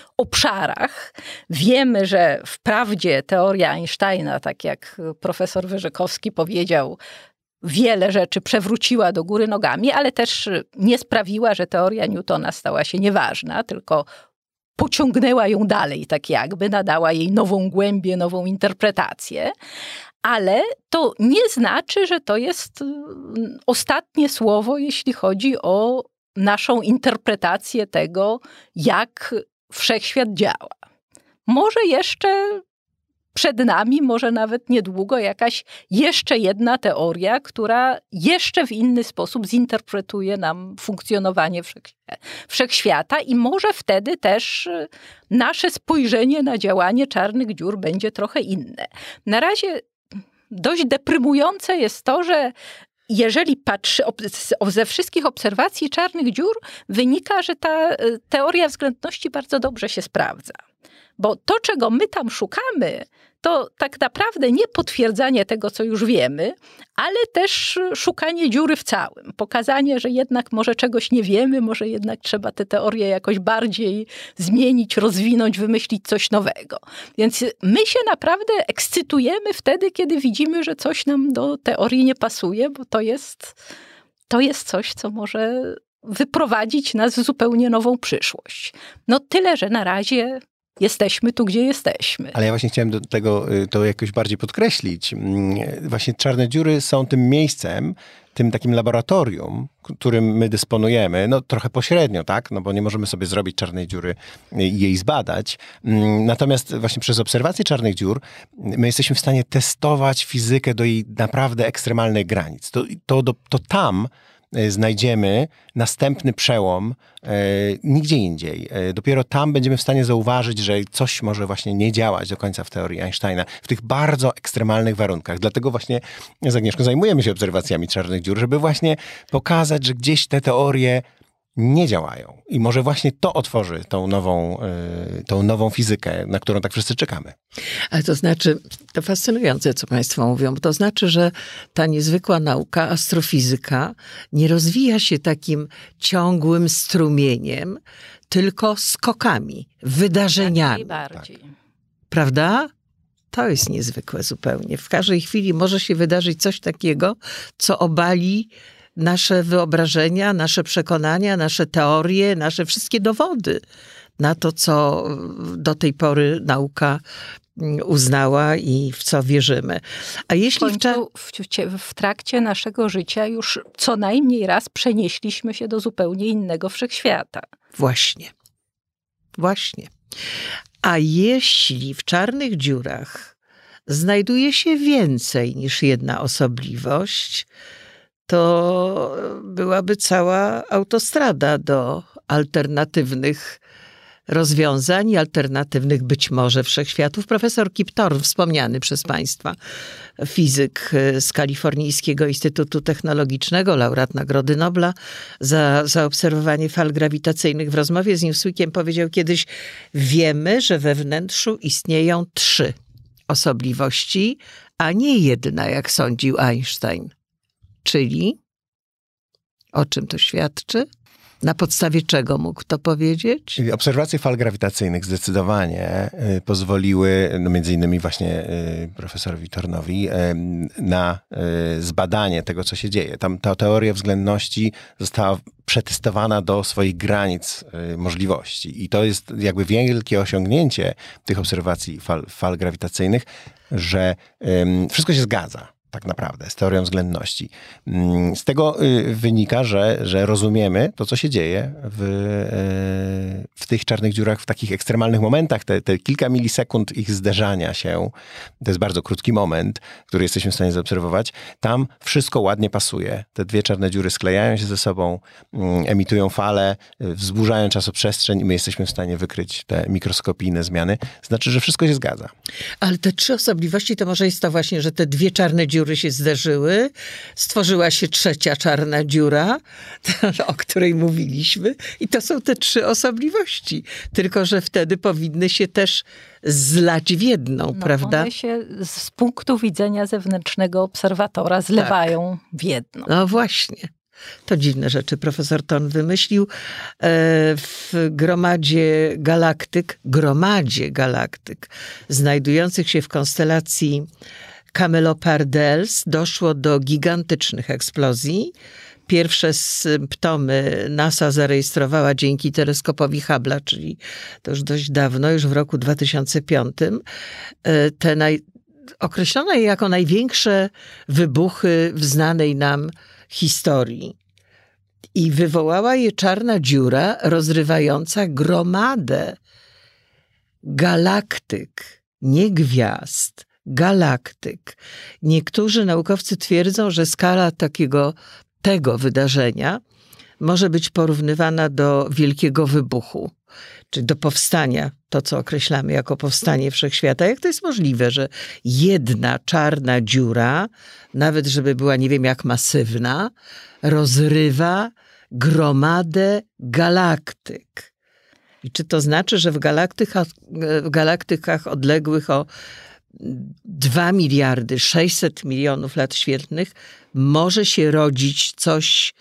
obszarach. Wiemy, że wprawdzie teoria Einsteina, tak jak profesor Wyrzykowski powiedział, wiele rzeczy przewróciła do góry nogami, ale też nie sprawiła, że teoria Newtona stała się nieważna, tylko pociągnęła ją dalej, tak jakby nadała jej nową głębię, nową interpretację. Ale to nie znaczy, że to jest ostatnie słowo, jeśli chodzi o naszą interpretację tego, jak wszechświat działa. Może jeszcze przed nami, może nawet niedługo jakaś jeszcze jedna teoria, która jeszcze w inny sposób zinterpretuje nam funkcjonowanie wszechświata i może wtedy też nasze spojrzenie na działanie czarnych dziur będzie trochę inne. Na razie dość deprymujące jest to, że jeżeli patrzy, ze wszystkich obserwacji czarnych dziur wynika, że ta teoria względności bardzo dobrze się sprawdza. Bo to, czego my tam szukamy, to tak naprawdę nie potwierdzanie tego, co już wiemy, ale też szukanie dziury w całym. Pokazanie, że jednak może czegoś nie wiemy, może jednak trzeba tę teorię jakoś bardziej zmienić, rozwinąć, wymyślić coś nowego. Więc my się naprawdę ekscytujemy wtedy, kiedy widzimy, że coś nam do teorii nie pasuje, bo to jest, to jest coś, co może wyprowadzić nas w zupełnie nową przyszłość. No tyle, że na razie jesteśmy tu, gdzie jesteśmy. Ale ja właśnie chciałem do tego to jakoś bardziej podkreślić. Właśnie czarne dziury są tym miejscem, tym takim laboratorium, którym my dysponujemy, no trochę pośrednio, tak? No bo nie możemy sobie zrobić czarnej dziury i jej zbadać. Natomiast właśnie przez obserwację czarnych dziur my jesteśmy w stanie testować fizykę do jej naprawdę ekstremalnych granic. To, to, to, to tam znajdziemy następny przełom e, nigdzie indziej. E, dopiero tam będziemy w stanie zauważyć, że coś może właśnie nie działać do końca w teorii Einsteina w tych bardzo ekstremalnych warunkach. Dlatego właśnie z Agnieszką zajmujemy się obserwacjami czarnych dziur, żeby właśnie pokazać, że gdzieś te teorie nie działają. I może właśnie to otworzy tą nową, yy, tą nową fizykę, na którą tak wszyscy czekamy. Ale to znaczy, to fascynujące, co państwo mówią, bo to znaczy, że ta niezwykła nauka, astrofizyka, nie rozwija się takim ciągłym strumieniem, tylko skokami, wydarzeniami. Najbardziej. Tak. Prawda? To jest niezwykłe zupełnie. W każdej chwili może się wydarzyć coś takiego, co obali nasze wyobrażenia, nasze przekonania, nasze teorie, nasze wszystkie dowody na to, co do tej pory nauka uznała i w co wierzymy. A jeśli w, końcu, w, w trakcie naszego życia już co najmniej raz przenieśliśmy się do zupełnie innego wszechświata. Właśnie. Właśnie. A jeśli w czarnych dziurach znajduje się więcej niż jedna osobliwość, to byłaby cała autostrada do alternatywnych rozwiązań, alternatywnych być może wszechświatów. Profesor Kip Thorne, wspomniany przez państwa, fizyk z Kalifornijskiego Instytutu Technologicznego, laureat Nagrody Nobla za zaobserwowanie fal grawitacyjnych, w rozmowie z Newsweekiem powiedział kiedyś: wiemy, że we wnętrzu istnieją trzy osobliwości, a nie jedna, jak sądził Einstein. Czyli o czym to świadczy? Na podstawie czego mógł to powiedzieć? Obserwacje fal grawitacyjnych zdecydowanie y, pozwoliły, no między innymi właśnie y, profesorowi Thorne'owi, y, na y, zbadanie tego, co się dzieje. Tam ta teoria względności została przetestowana do swoich granic y, możliwości. I to jest jakby wielkie osiągnięcie tych obserwacji fal, fal grawitacyjnych, że y, wszystko się zgadza. Tak naprawdę, z teorią względności. Z tego wynika, że, że rozumiemy to, co się dzieje w, w tych czarnych dziurach w takich ekstremalnych momentach. Te, te kilka milisekund ich zderzania się, to jest bardzo krótki moment, który jesteśmy w stanie zaobserwować. Tam wszystko ładnie pasuje. Te dwie czarne dziury sklejają się ze sobą, emitują fale, wzburzają czasoprzestrzeń i my jesteśmy w stanie wykryć te mikroskopijne zmiany. Znaczy, że wszystko się zgadza. Ale te trzy osobliwości to może jest to właśnie, że te dwie czarne dziury się zderzyły, stworzyła się trzecia czarna dziura, o której mówiliśmy, i to są te trzy osobliwości. Tylko że wtedy powinny się też zlać w jedną, no, prawda? One się z punktu widzenia zewnętrznego obserwatora zlewają tak. w jedno. No właśnie. To dziwne rzeczy profesor Thorne wymyślił. W gromadzie galaktyk, gromadzie galaktyk znajdujących się w konstelacji Camelopardalis doszło do gigantycznych eksplozji. Pierwsze symptomy NASA zarejestrowała dzięki teleskopowi Hubble'a, czyli to już dość dawno, już w roku dwa tysiące piątym. Te naj... określono je jako największe wybuchy w znanej nam historii. I wywołała je czarna dziura rozrywająca gromadę galaktyk, nie gwiazd, galaktyk. Niektórzy naukowcy twierdzą, że skala takiego, tego wydarzenia może być porównywana do wielkiego wybuchu, czy do powstania, to co określamy jako powstanie wszechświata. Jak to jest możliwe, że jedna czarna dziura, nawet żeby była nie wiem jak masywna, rozrywa gromadę galaktyk? I czy to znaczy, że w galaktykach, w galaktykach odległych o dwa miliardy sześćset milionów lat świetlnych może się rodzić coś,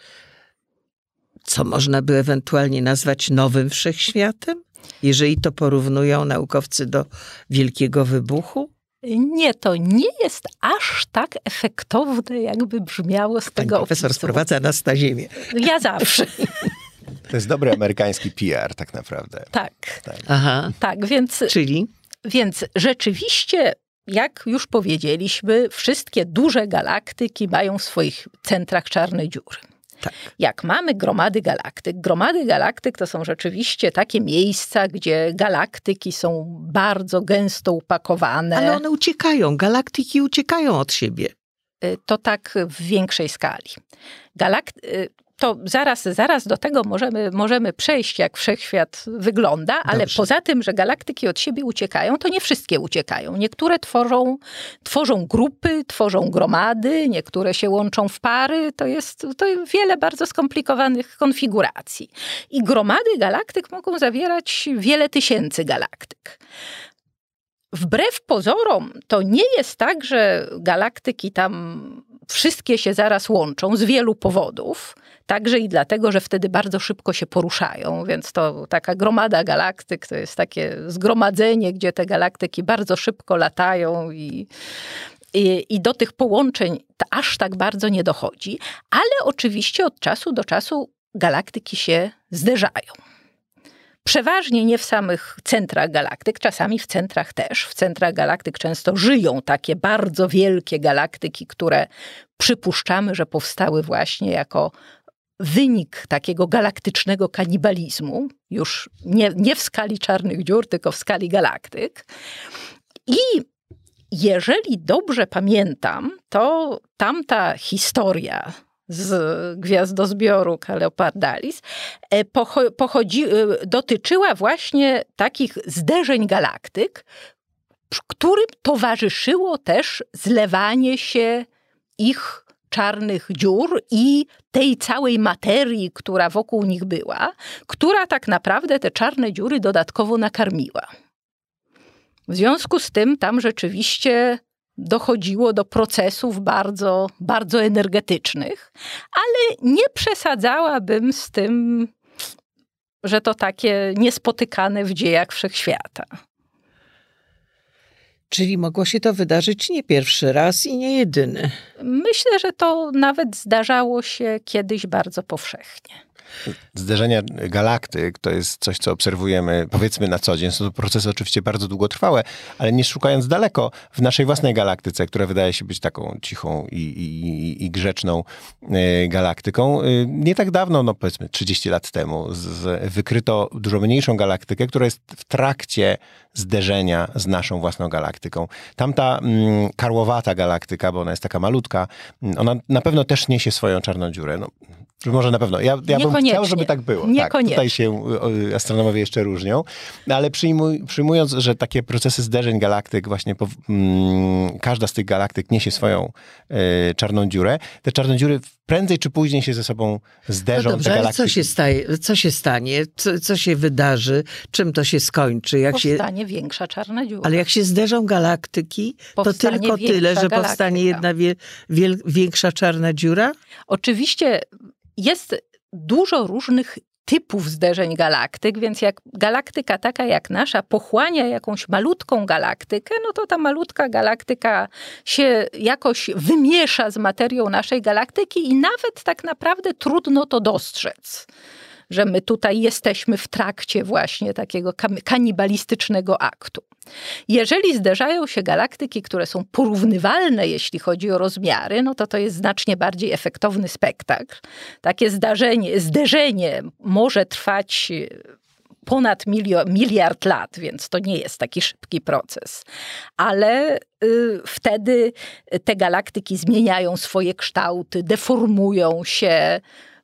co można by ewentualnie nazwać nowym wszechświatem? Jeżeli to porównują naukowcy do wielkiego wybuchu? Nie, to nie jest aż tak efektowne, jakby brzmiało z Pani tego profesor opisu. sprowadza nas na ziemię. Ja zawsze. To jest dobry amerykański P R tak naprawdę. Tak. Tak. Aha. Tak, więc, Czyli? więc rzeczywiście, jak już powiedzieliśmy, wszystkie duże galaktyki mają w swoich centrach czarne dziury. Tak. Jak mamy gromady galaktyk, gromady galaktyk to są rzeczywiście takie miejsca, gdzie galaktyki są bardzo gęsto upakowane. Ale one uciekają, galaktyki uciekają od siebie. To tak w większej skali. Galakt- to zaraz, zaraz do tego możemy, możemy przejść, jak wszechświat wygląda, ale Dobrze. poza tym, że galaktyki od siebie uciekają, to nie wszystkie uciekają. Niektóre tworzą, tworzą grupy, tworzą gromady, niektóre się łączą w pary. To jest to wiele bardzo skomplikowanych konfiguracji. I gromady galaktyk mogą zawierać wiele tysięcy galaktyk. Wbrew pozorom, to nie jest tak, że galaktyki tam wszystkie się zaraz łączą z wielu powodów, także i dlatego, że wtedy bardzo szybko się poruszają, więc to taka gromada galaktyk to jest takie zgromadzenie, gdzie te galaktyki bardzo szybko latają i, i, i do tych połączeń aż tak bardzo nie dochodzi, ale oczywiście od czasu do czasu galaktyki się zderzają. Przeważnie nie w samych centrach galaktyk, czasami w centrach też. W centrach galaktyk często żyją takie bardzo wielkie galaktyki, które przypuszczamy, że powstały właśnie jako wynik takiego galaktycznego kanibalizmu, już nie, nie w skali czarnych dziur, tylko w skali galaktyk. I jeżeli dobrze pamiętam, to tamta historia z gwiazdozbioru Kaleopardalis pochodzi, dotyczyła właśnie takich zderzeń galaktyk, którym towarzyszyło też zlewanie się ich czarnych dziur i tej całej materii, która wokół nich była, która tak naprawdę te czarne dziury dodatkowo nakarmiła. W związku z tym tam rzeczywiście dochodziło do procesów bardzo, bardzo energetycznych, ale nie przesadzałabym z tym, że to takie niespotykane w dziejach wszechświata. Czyli mogło się to wydarzyć nie pierwszy raz i nie jedyny. Myślę, że to nawet zdarzało się kiedyś bardzo powszechnie. Zderzenia galaktyk to jest coś, co obserwujemy powiedzmy na co dzień. Są to procesy oczywiście bardzo długotrwałe, ale nie szukając daleko, w naszej własnej galaktyce, która wydaje się być taką cichą i, i, i grzeczną y, galaktyką. Y, nie tak dawno, no powiedzmy trzydzieści lat temu, z, z, wykryto dużo mniejszą galaktykę, która jest w trakcie zderzenia z naszą własną galaktyką. Tamta mm, karłowata galaktyka, bo ona jest taka malutka, ona na pewno też niesie swoją czarną dziurę. No, może na pewno. Ja, ja bym chciał, żeby tak było. Tak, tutaj się astronomowie jeszcze różnią. Ale przyjmuj, przyjmując, że takie procesy zderzeń galaktyk, właśnie po, mm, każda z tych galaktyk niesie swoją y, czarną dziurę, te czarne dziury prędzej czy później się ze sobą zderzą. No dobrze, te ale co się, staje, co się stanie? Co, co się wydarzy? Czym to się skończy? Jak powstanie się... większa czarna dziura. Ale jak się zderzą galaktyki, powstanie to tylko tyle, że galaktyka. Powstanie jedna wie, wiel, większa czarna dziura? Oczywiście jest dużo różnych typów zderzeń galaktyk, więc jak galaktyka taka jak nasza pochłania jakąś malutką galaktykę, no to ta malutka galaktyka się jakoś wymiesza z materią naszej galaktyki i nawet tak naprawdę trudno to dostrzec, że my tutaj jesteśmy w trakcie właśnie takiego kanibalistycznego aktu. Jeżeli zderzają się galaktyki, które są porównywalne, jeśli chodzi o rozmiary, no to to jest znacznie bardziej efektowny spektakl. Takie zdarzenie, zderzenie może trwać ponad milio, miliard lat, więc to nie jest taki szybki proces. Ale y, wtedy te galaktyki zmieniają swoje kształty, deformują się,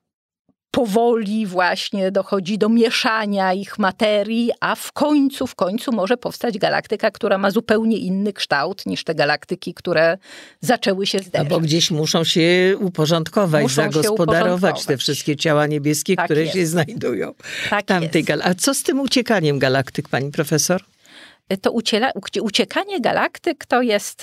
powoli właśnie dochodzi do mieszania ich materii, a w końcu, w końcu może powstać galaktyka, która ma zupełnie inny kształt niż te galaktyki, które zaczęły się zderzać. No bo gdzieś muszą się uporządkować, muszą zagospodarować się uporządkować. Te wszystkie ciała niebieskie, tak które jest. się znajdują tak w tamtej galaktyce. A co z tym uciekaniem galaktyk, pani profesor? To uciela, uciekanie galaktyk to jest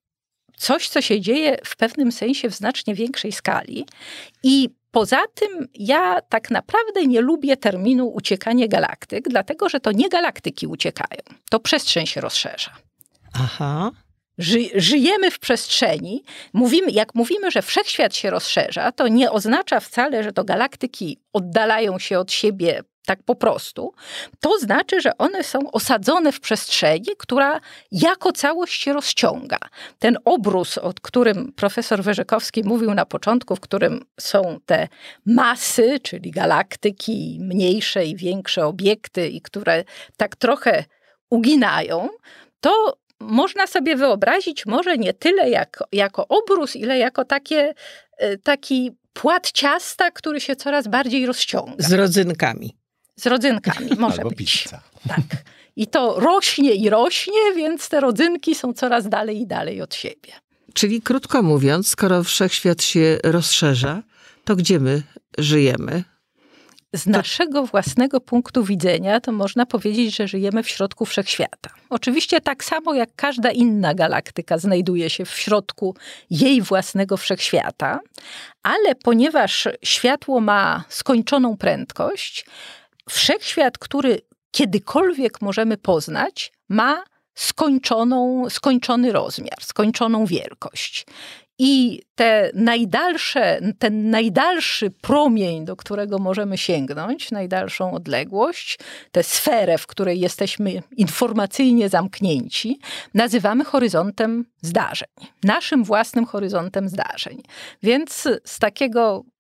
coś, co się dzieje w pewnym sensie w znacznie większej skali i poza tym ja tak naprawdę nie lubię terminu uciekanie galaktyk, dlatego że to nie galaktyki uciekają, to przestrzeń się rozszerza. Aha. Ży, żyjemy w przestrzeni. Mówimy, jak mówimy, że wszechświat się rozszerza, to nie oznacza wcale, że to galaktyki oddalają się od siebie tak po prostu. To znaczy, że one są osadzone w przestrzeni, która jako całość się rozciąga. Ten obrus, o którym profesor Wyrzykowski mówił na początku, w którym są te masy, czyli galaktyki, mniejsze i większe obiekty, i które tak trochę uginają, to można sobie wyobrazić może nie tyle jak, jako obrus, ile jako takie, taki płat ciasta, który się coraz bardziej rozciąga. Z rodzynkami. Z rodzynkami, może Albo być. Pizza. Tak. I to rośnie i rośnie, więc te rodzynki są coraz dalej i dalej od siebie. Czyli krótko mówiąc, skoro wszechświat się rozszerza, to gdzie my żyjemy? Z naszego własnego punktu widzenia to można powiedzieć, że żyjemy w środku wszechświata. Oczywiście tak samo jak każda inna galaktyka znajduje się w środku jej własnego wszechświata, ale ponieważ światło ma skończoną prędkość, wszechświat, który kiedykolwiek możemy poznać, ma skończoną, skończony rozmiar, skończoną wielkość. I te najdalsze, ten najdalszy promień, do którego możemy sięgnąć, najdalszą odległość, tę sferę, w której jesteśmy informacyjnie zamknięci, nazywamy horyzontem zdarzeń. Naszym własnym horyzontem zdarzeń. Więc z takiego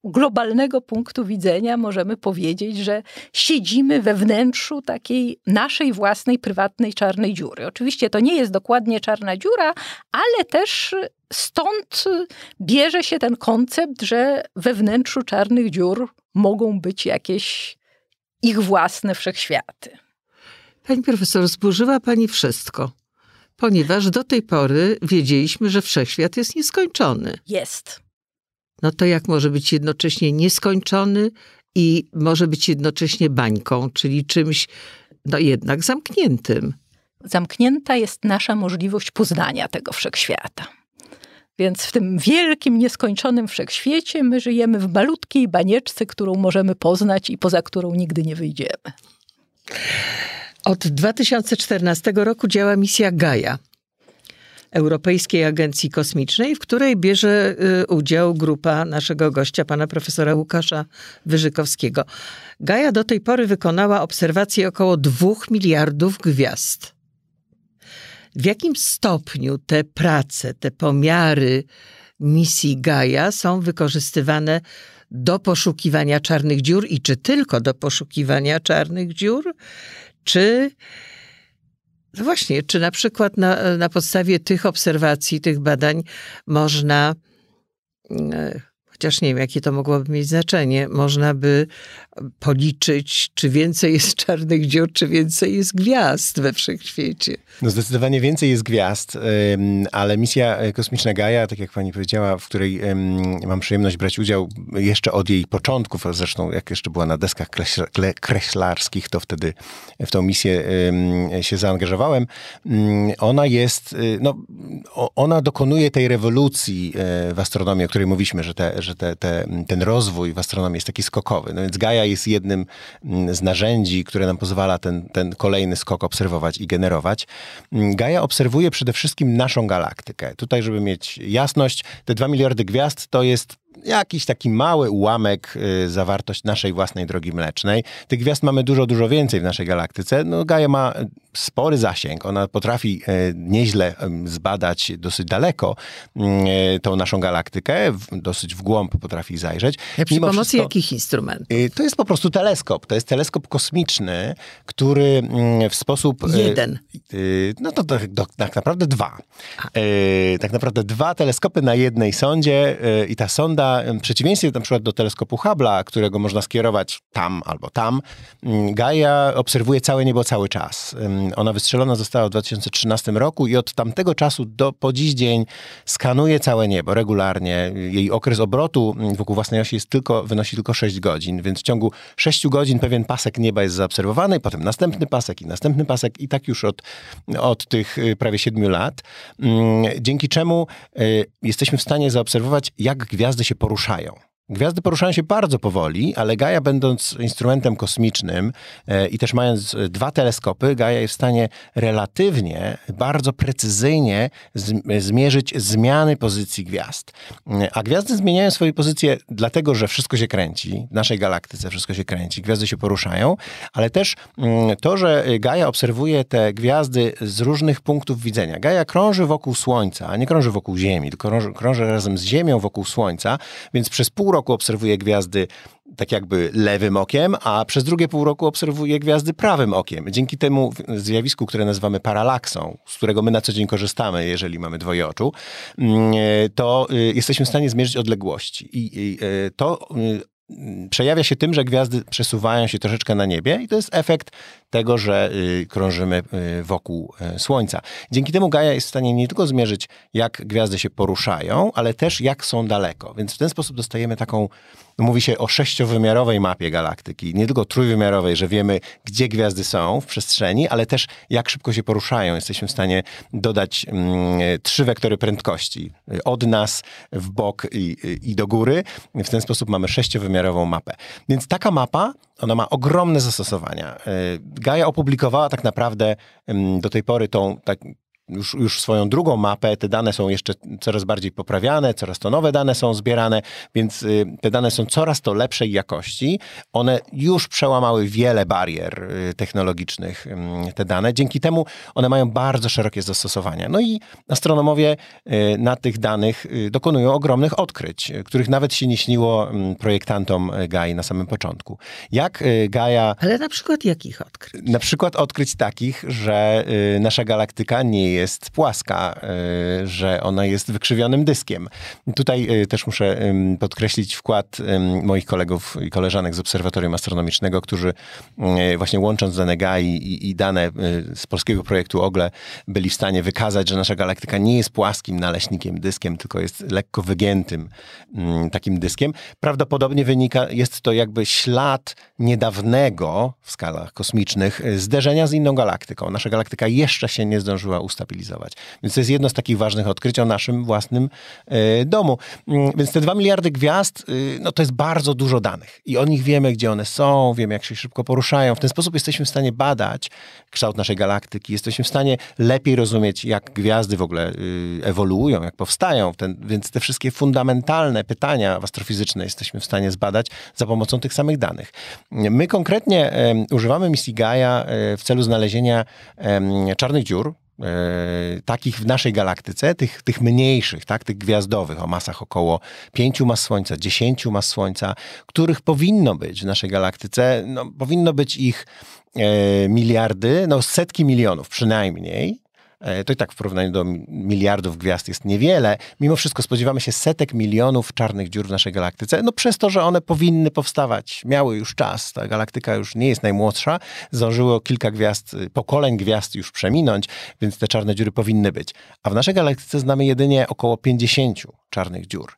globalnego punktu widzenia możemy powiedzieć, że siedzimy we wnętrzu takiej naszej własnej, prywatnej czarnej dziury. Oczywiście to nie jest dokładnie czarna dziura, ale też stąd bierze się ten koncept, że we wnętrzu czarnych dziur mogą być jakieś ich własne wszechświaty. Pani profesor, zburzyła pani wszystko, ponieważ do tej pory wiedzieliśmy, że wszechświat jest nieskończony. Jest. No to jak może być jednocześnie nieskończony i może być jednocześnie bańką, czyli czymś no jednak zamkniętym? Zamknięta jest nasza możliwość poznania tego wszechświata. Więc w tym wielkim, nieskończonym wszechświecie my żyjemy w malutkiej banieczce, którą możemy poznać i poza którą nigdy nie wyjdziemy. Od dwa tysiące czternastego roku działa misja Gaia, Europejskiej Agencji Kosmicznej, w której bierze udział grupa naszego gościa, pana profesora Łukasza Wyżykowskiego. Gaia do tej pory wykonała obserwacje około dwóch miliardów gwiazd. W jakim stopniu te prace, te pomiary misji Gaia są wykorzystywane do poszukiwania czarnych dziur i czy tylko do poszukiwania czarnych dziur, czy no właśnie, czy na przykład na, na podstawie tych obserwacji, tych badań można, chociaż nie wiem, jakie to mogłoby mieć znaczenie, można by policzyć, czy więcej jest czarnych dziur, czy więcej jest gwiazd we wszechświecie. No zdecydowanie więcej jest gwiazd, ale misja kosmiczna Gaia, tak jak pani powiedziała, w której mam przyjemność brać udział jeszcze od jej początków, a zresztą jak jeszcze była na deskach kreślarskich, to wtedy w tą misję się zaangażowałem. Ona jest, no, ona dokonuje tej rewolucji w astronomii, o której mówiliśmy, że, te, że te, te, ten rozwój w astronomii jest taki skokowy. No więc Gaia jest jednym z narzędzi, które nam pozwala ten, ten kolejny skok obserwować i generować. Gaia obserwuje przede wszystkim naszą galaktykę. Tutaj, żeby mieć jasność, te dwa miliardy gwiazd to jest jakiś taki mały ułamek, y, zawartość naszej własnej drogi mlecznej. Tych gwiazd mamy dużo, dużo więcej w naszej galaktyce. No, Gaia ma spory zasięg. Ona potrafi y, nieźle y, zbadać dosyć daleko y, tą naszą galaktykę. W, dosyć w głąb potrafi zajrzeć. Ja przy Mimo pomocy wszystko, jakich instrumentów? Y, to jest po prostu teleskop. To jest teleskop kosmiczny, który y, w sposób... Jeden. Y, y, no to, to, to tak naprawdę dwa. Y, tak naprawdę dwa teleskopy na jednej sondzie y, i ta sonda w przeciwieństwie na przykład do teleskopu Hubble'a, którego można skierować tam albo tam, Gaia obserwuje całe niebo cały czas. Ona wystrzelona została w dwa tysiące trzynastym roku i od tamtego czasu do po dziś dzień skanuje całe niebo regularnie. Jej okres obrotu wokół własnej osi jest tylko, wynosi tylko sześć godzin, więc w ciągu sześciu godzin pewien pasek nieba jest zaobserwowany, potem następny pasek i następny pasek i tak już od, od tych prawie siedmiu lat. Dzięki czemu jesteśmy w stanie zaobserwować, jak gwiazdy się poruszają. Gwiazdy poruszają się bardzo powoli, ale Gaia, będąc instrumentem kosmicznym e, i też mając dwa teleskopy, Gaia jest w stanie relatywnie, bardzo precyzyjnie z, zmierzyć zmiany pozycji gwiazd. A gwiazdy zmieniają swoje pozycje dlatego, że wszystko się kręci, w naszej galaktyce wszystko się kręci, gwiazdy się poruszają, ale też m, to, że Gaia obserwuje te gwiazdy z różnych punktów widzenia. Gaia krąży wokół Słońca, a nie krąży wokół Ziemi, tylko krąży, krąży razem z Ziemią wokół Słońca, więc przez pół roku obserwuje gwiazdy tak jakby lewym okiem, a przez drugie pół roku obserwuje gwiazdy prawym okiem. Dzięki temu zjawisku, które nazywamy paralaksą, z którego my na co dzień korzystamy, jeżeli mamy dwoje oczu, to jesteśmy w stanie zmierzyć odległości. I to przejawia się tym, że gwiazdy przesuwają się troszeczkę na niebie i to jest efekt tego, że krążymy wokół Słońca. Dzięki temu Gaia jest w stanie nie tylko zmierzyć, jak gwiazdy się poruszają, ale też jak są daleko. Więc w ten sposób dostajemy taką, no mówi się o sześciowymiarowej mapie galaktyki, nie tylko trójwymiarowej, że wiemy, gdzie gwiazdy są w przestrzeni, ale też jak szybko się poruszają. Jesteśmy w stanie dodać mm, trzy wektory prędkości od nas w bok i, i do góry. W ten sposób mamy sześciowymiarową mapę. Więc taka mapa, ona ma ogromne zastosowania. Gaia opublikowała tak naprawdę do tej pory tą tak, już, już swoją drugą mapę. Te dane są jeszcze coraz bardziej poprawiane, coraz to nowe dane są zbierane, więc te dane są coraz to lepszej jakości. One już przełamały wiele barier technologicznych, te dane. Dzięki temu one mają bardzo szerokie zastosowania. No i astronomowie na tych danych dokonują ogromnych odkryć, których nawet się nie śniło projektantom Gai na samym początku. Jak Gaia... Ale na przykład jakich odkryć? Na przykład odkryć takich, że nasza galaktyka nie jest płaska, że ona jest wykrzywionym dyskiem. Tutaj też muszę podkreślić wkład moich kolegów i koleżanek z Obserwatorium Astronomicznego, którzy właśnie łącząc dane Gai i, i dane z polskiego projektu Ogle byli w stanie wykazać, że nasza galaktyka nie jest płaskim naleśnikiem, dyskiem, tylko jest lekko wygiętym takim dyskiem. Prawdopodobnie wynika, jest to jakby ślad niedawnego w skalach kosmicznych zderzenia z inną galaktyką. Nasza galaktyka jeszcze się nie zdążyła ustabilizować. Więc to jest jedno z takich ważnych odkryć o naszym własnym y, domu. Więc te dwa miliardy gwiazd, y, no to jest bardzo dużo danych. I o nich wiemy, gdzie one są, wiemy, jak się szybko poruszają. W ten sposób jesteśmy w stanie badać kształt naszej galaktyki. Jesteśmy w stanie lepiej rozumieć, jak gwiazdy w ogóle y, ewoluują, jak powstają. Ten, więc te wszystkie fundamentalne pytania astrofizyczne jesteśmy w stanie zbadać za pomocą tych samych danych. My konkretnie y, używamy misji Gaia y, w celu znalezienia y, czarnych dziur, takich w naszej galaktyce, tych, tych mniejszych, tak, tych gwiazdowych, o masach około pięciu mas Słońca, dziesięciu mas Słońca, których powinno być w naszej galaktyce, no, powinno być ich e, miliardy, no setki milionów przynajmniej. To i tak w porównaniu do miliardów gwiazd jest niewiele. Mimo wszystko spodziewamy się setek milionów czarnych dziur w naszej galaktyce, no przez to, że one powinny powstawać. Miały już czas. Ta galaktyka już nie jest najmłodsza. Zdążyło kilka gwiazd, pokoleń gwiazd już przeminąć, więc te czarne dziury powinny być. A w naszej galaktyce znamy jedynie około pięćdziesięciu czarnych dziur.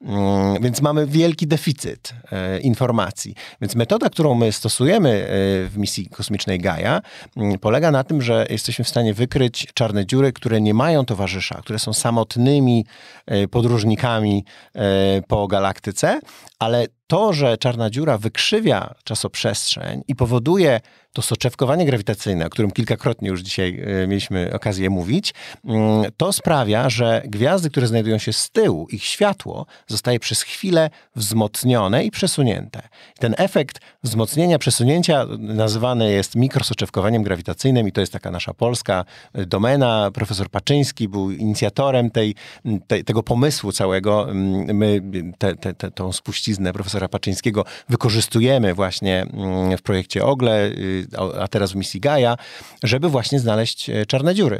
Więc mamy wielki deficyt e, informacji. Więc metoda, którą my stosujemy e, w misji kosmicznej Gaia, m, polega na tym, że jesteśmy w stanie wykryć czarne dziury, które nie mają towarzysza, które są samotnymi e, podróżnikami e, po galaktyce, ale to, że czarna dziura wykrzywia czasoprzestrzeń i powoduje to soczewkowanie grawitacyjne, o którym kilkakrotnie już dzisiaj y, mieliśmy okazję mówić, y, to sprawia, że gwiazdy, które znajdują się z tyłu, ich światło zostaje przez chwilę wzmocnione i przesunięte. Ten efekt wzmocnienia, przesunięcia nazywany jest mikrosoczewkowaniem grawitacyjnym i to jest taka nasza polska domena. Profesor Paczyński był inicjatorem tej, te, tego pomysłu całego. My te, te, te, tą spuściznę profesora Paczyńskiego wykorzystujemy właśnie w projekcie Ogle, a teraz w misji Gaia, żeby właśnie znaleźć czarne dziury.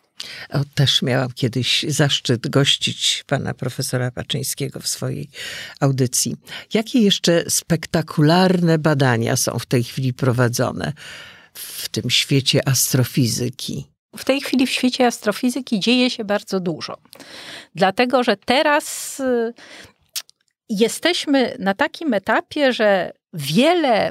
O, też miałam kiedyś zaszczyt gościć pana profesora Paczyńskiego w swojej audycji. Jakie jeszcze spektakularne badania są w tej chwili prowadzone w tym świecie astrofizyki? W tej chwili w świecie astrofizyki dzieje się bardzo dużo. Dlatego, że teraz jesteśmy na takim etapie, że wiele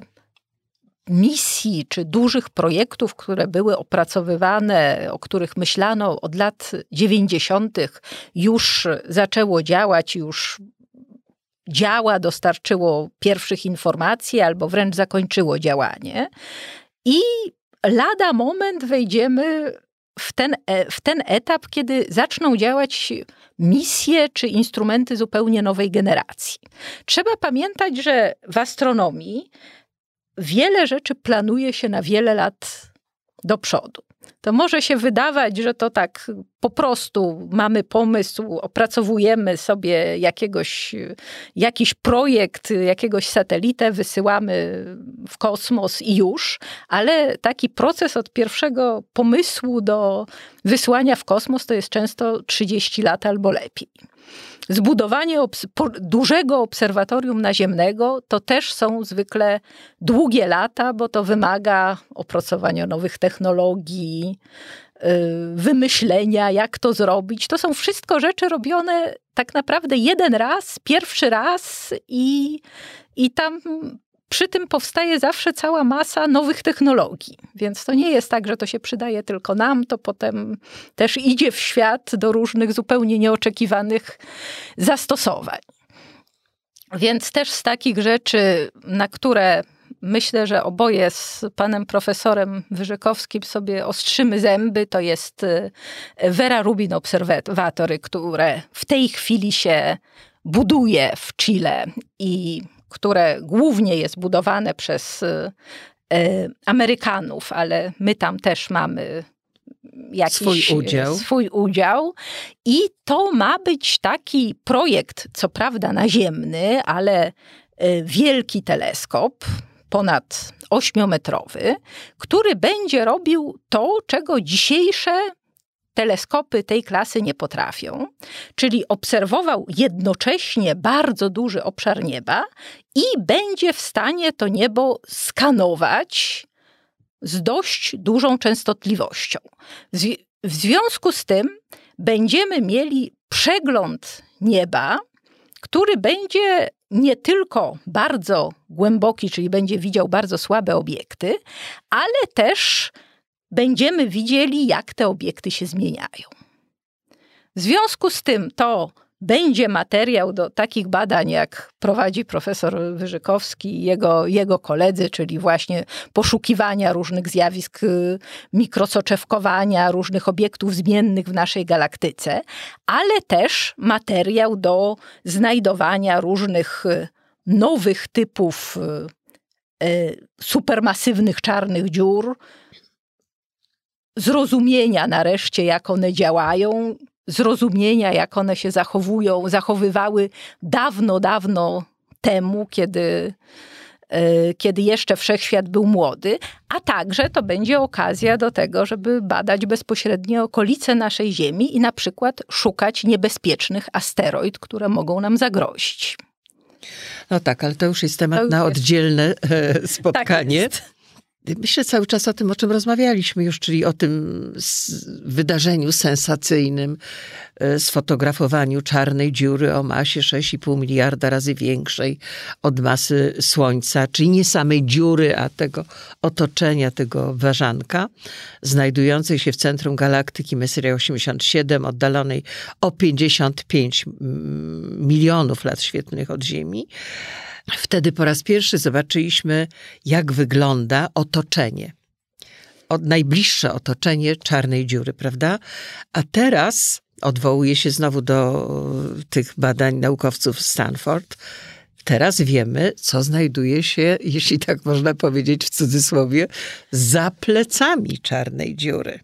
misji czy dużych projektów, które były opracowywane, o których myślano od lat dziewięćdziesiątych, już zaczęło działać, już działa, dostarczyło pierwszych informacji albo wręcz zakończyło działanie. I lada moment wejdziemy w ten, w ten etap, kiedy zaczną działać misje czy instrumenty zupełnie nowej generacji. Trzeba pamiętać, że w astronomii wiele rzeczy planuje się na wiele lat do przodu. To może się wydawać, że to tak po prostu mamy pomysł, opracowujemy sobie jakiegoś, jakiś projekt, jakiegoś satelitę, wysyłamy w kosmos i już, ale taki proces od pierwszego pomysłu do wysłania w kosmos to jest często trzydzieści lat albo lepiej. Zbudowanie obs- dużego obserwatorium naziemnego to też są zwykle długie lata, bo to wymaga opracowania nowych technologii, yy, wymyślenia, jak to zrobić. To są wszystko rzeczy robione tak naprawdę jeden raz, pierwszy raz i, i tam przy tym powstaje zawsze cała masa nowych technologii. Więc to nie jest tak, że to się przydaje tylko nam, to potem też idzie w świat do różnych zupełnie nieoczekiwanych zastosowań. Więc też z takich rzeczy, na które myślę, że oboje z panem profesorem Wyrzykowskim sobie ostrzymy zęby. To jest Vera Rubin Observatory, które w tej chwili się buduje w Chile i które głównie jest budowane przez Amerykanów, ale my tam też mamy jakiś swój udział. swój udział. I to ma być taki projekt, co prawda naziemny, ale wielki teleskop, ponad ośmiometrowy, który będzie robił to, czego dzisiejsze teleskopy tej klasy nie potrafią, czyli obserwował jednocześnie bardzo duży obszar nieba i będzie w stanie to niebo skanować z dość dużą częstotliwością. W, zwi- w związku z tym będziemy mieli przegląd nieba, który będzie nie tylko bardzo głęboki, czyli będzie widział bardzo słabe obiekty, ale też będziemy widzieli, jak te obiekty się zmieniają. W związku z tym to będzie materiał do takich badań, jak prowadzi profesor Wyrzykowski i jego, jego koledzy, czyli właśnie poszukiwania różnych zjawisk mikrosoczewkowania, różnych obiektów zmiennych w naszej galaktyce, ale też materiał do znajdowania różnych nowych typów supermasywnych czarnych dziur, zrozumienia nareszcie, jak one działają, zrozumienia, jak one się zachowują, zachowywały dawno, dawno temu, kiedy, kiedy jeszcze wszechświat był młody, a także to będzie okazja do tego, żeby badać bezpośrednio okolice naszej Ziemi i na przykład szukać niebezpiecznych asteroid, które mogą nam zagrozić. No tak, ale to już jest temat już na jest. oddzielne e, spotkanie. Tak jest. Myślę cały czas o tym, o czym rozmawialiśmy już, czyli o tym wydarzeniu sensacyjnym, sfotografowaniu czarnej dziury o masie sześć i pół miliarda razy większej od masy Słońca, czyli nie samej dziury, a tego otoczenia, tego ważanka, znajdującej się w centrum galaktyki Messier osiemdziesiąt siedem, oddalonej o pięćdziesiąt pięć milionów lat świetlnych od Ziemi. Wtedy po raz pierwszy zobaczyliśmy, jak wygląda otoczenie. Od najbliższe otoczenie czarnej dziury, prawda? A teraz odwołuję się znowu do tych badań naukowców z Stanford. Teraz wiemy, co znajduje się, jeśli tak można powiedzieć w cudzysłowie, za plecami czarnej dziury.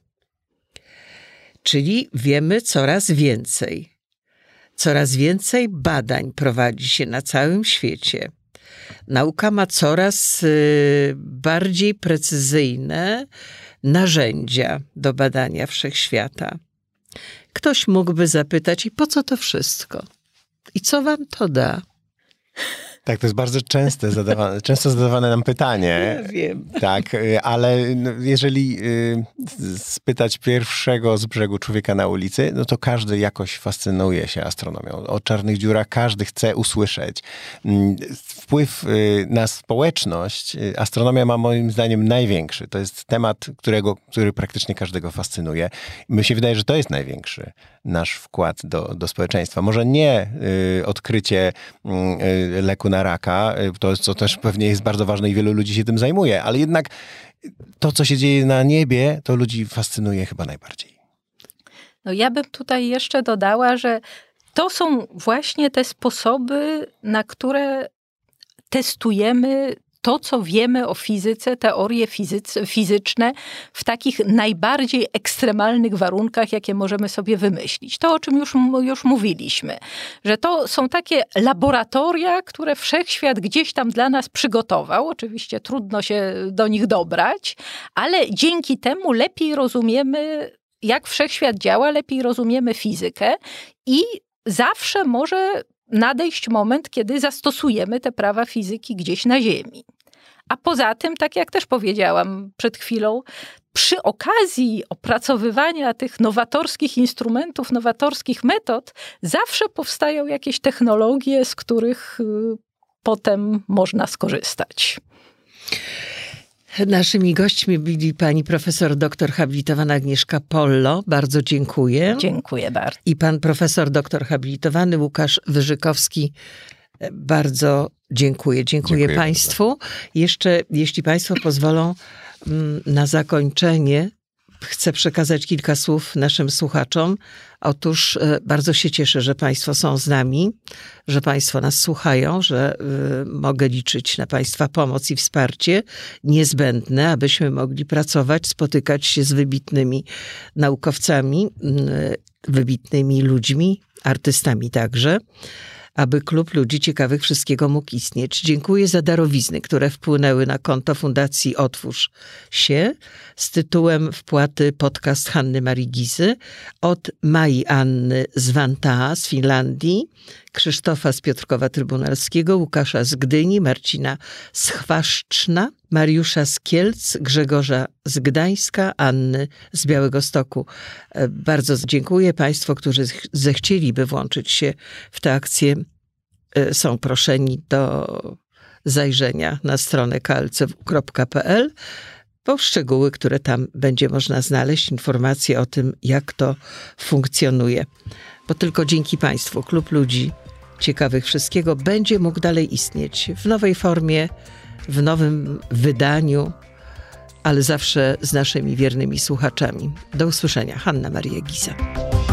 Czyli wiemy coraz więcej. Coraz więcej badań prowadzi się na całym świecie. Nauka ma coraz bardziej precyzyjne narzędzia do badania wszechświata. Ktoś mógłby zapytać, i po co to wszystko? I co wam to da? Tak, to jest bardzo częste zadawane, często zadawane nam pytanie. Ja wiem. Tak, ale jeżeli spytać pierwszego z brzegu człowieka na ulicy, no to każdy jakoś fascynuje się astronomią. O czarnych dziurach każdy chce usłyszeć. Wpływ na społeczność astronomia ma moim zdaniem największy. To jest temat, którego, który praktycznie każdego fascynuje. Mi się wydaje, że to jest największy nasz wkład do, do społeczeństwa. Może nie y, odkrycie y, leku na raka, y, to co też pewnie jest bardzo ważne i wielu ludzi się tym zajmuje, ale jednak to, co się dzieje na niebie, to ludzi fascynuje chyba najbardziej. No ja bym tutaj jeszcze dodała, że to są właśnie te sposoby, na które testujemy to, co wiemy o fizyce, teorie fizyc- fizyczne w takich najbardziej ekstremalnych warunkach, jakie możemy sobie wymyślić. To, o czym już, już mówiliśmy, że to są takie laboratoria, które wszechświat gdzieś tam dla nas przygotował. Oczywiście trudno się do nich dobrać, ale dzięki temu lepiej rozumiemy, jak wszechświat działa, lepiej rozumiemy fizykę i zawsze może nadejść moment, kiedy zastosujemy te prawa fizyki gdzieś na Ziemi. A poza tym, tak jak też powiedziałam przed chwilą, przy okazji opracowywania tych nowatorskich instrumentów, nowatorskich metod, zawsze powstają jakieś technologie, z których potem można skorzystać. Naszymi gośćmi byli pani profesor doktor habilitowana Agnieszka Pollo. Bardzo dziękuję. Dziękuję bardzo. I pan profesor doktor habilitowany Łukasz Wyrzykowski, Bardzo dziękuję. Dziękuję, Dziękuję Państwu. Bardzo. Jeszcze, jeśli Państwo pozwolą, na zakończenie chcę przekazać kilka słów naszym słuchaczom. Otóż bardzo się cieszę, że Państwo są z nami, że Państwo nas słuchają, że y, mogę liczyć na Państwa pomoc i wsparcie niezbędne, abyśmy mogli pracować, spotykać się z wybitnymi naukowcami, y, wybitnymi ludźmi, artystami także, aby Klub Ludzi Ciekawych Wszystkiego mógł istnieć. Dziękuję za darowizny, które wpłynęły na konto Fundacji Otwórz się z tytułem wpłaty podcast Hanny Marii Gizy od Mai Anny z Vantaa z Finlandii, Krzysztofa z Piotrkowa Trybunalskiego, Łukasza z Gdyni, Marcina z Chwaszczna, Mariusza z Kielc, Grzegorza z Gdańska, Anny z Białegostoku. Bardzo dziękuję Państwu, którzy zechcieliby włączyć się w tę akcję. Są proszeni do zajrzenia na stronę k l c w kropka p l po szczegóły, które tam będzie można znaleźć, informacje o tym, jak to funkcjonuje. Bo tylko dzięki Państwu Klub Ludzi Ciekawych Wszystkiego będzie mógł dalej istnieć w nowej formie, w nowym wydaniu, ale zawsze z naszymi wiernymi słuchaczami. Do usłyszenia. Hanna Maria Giza.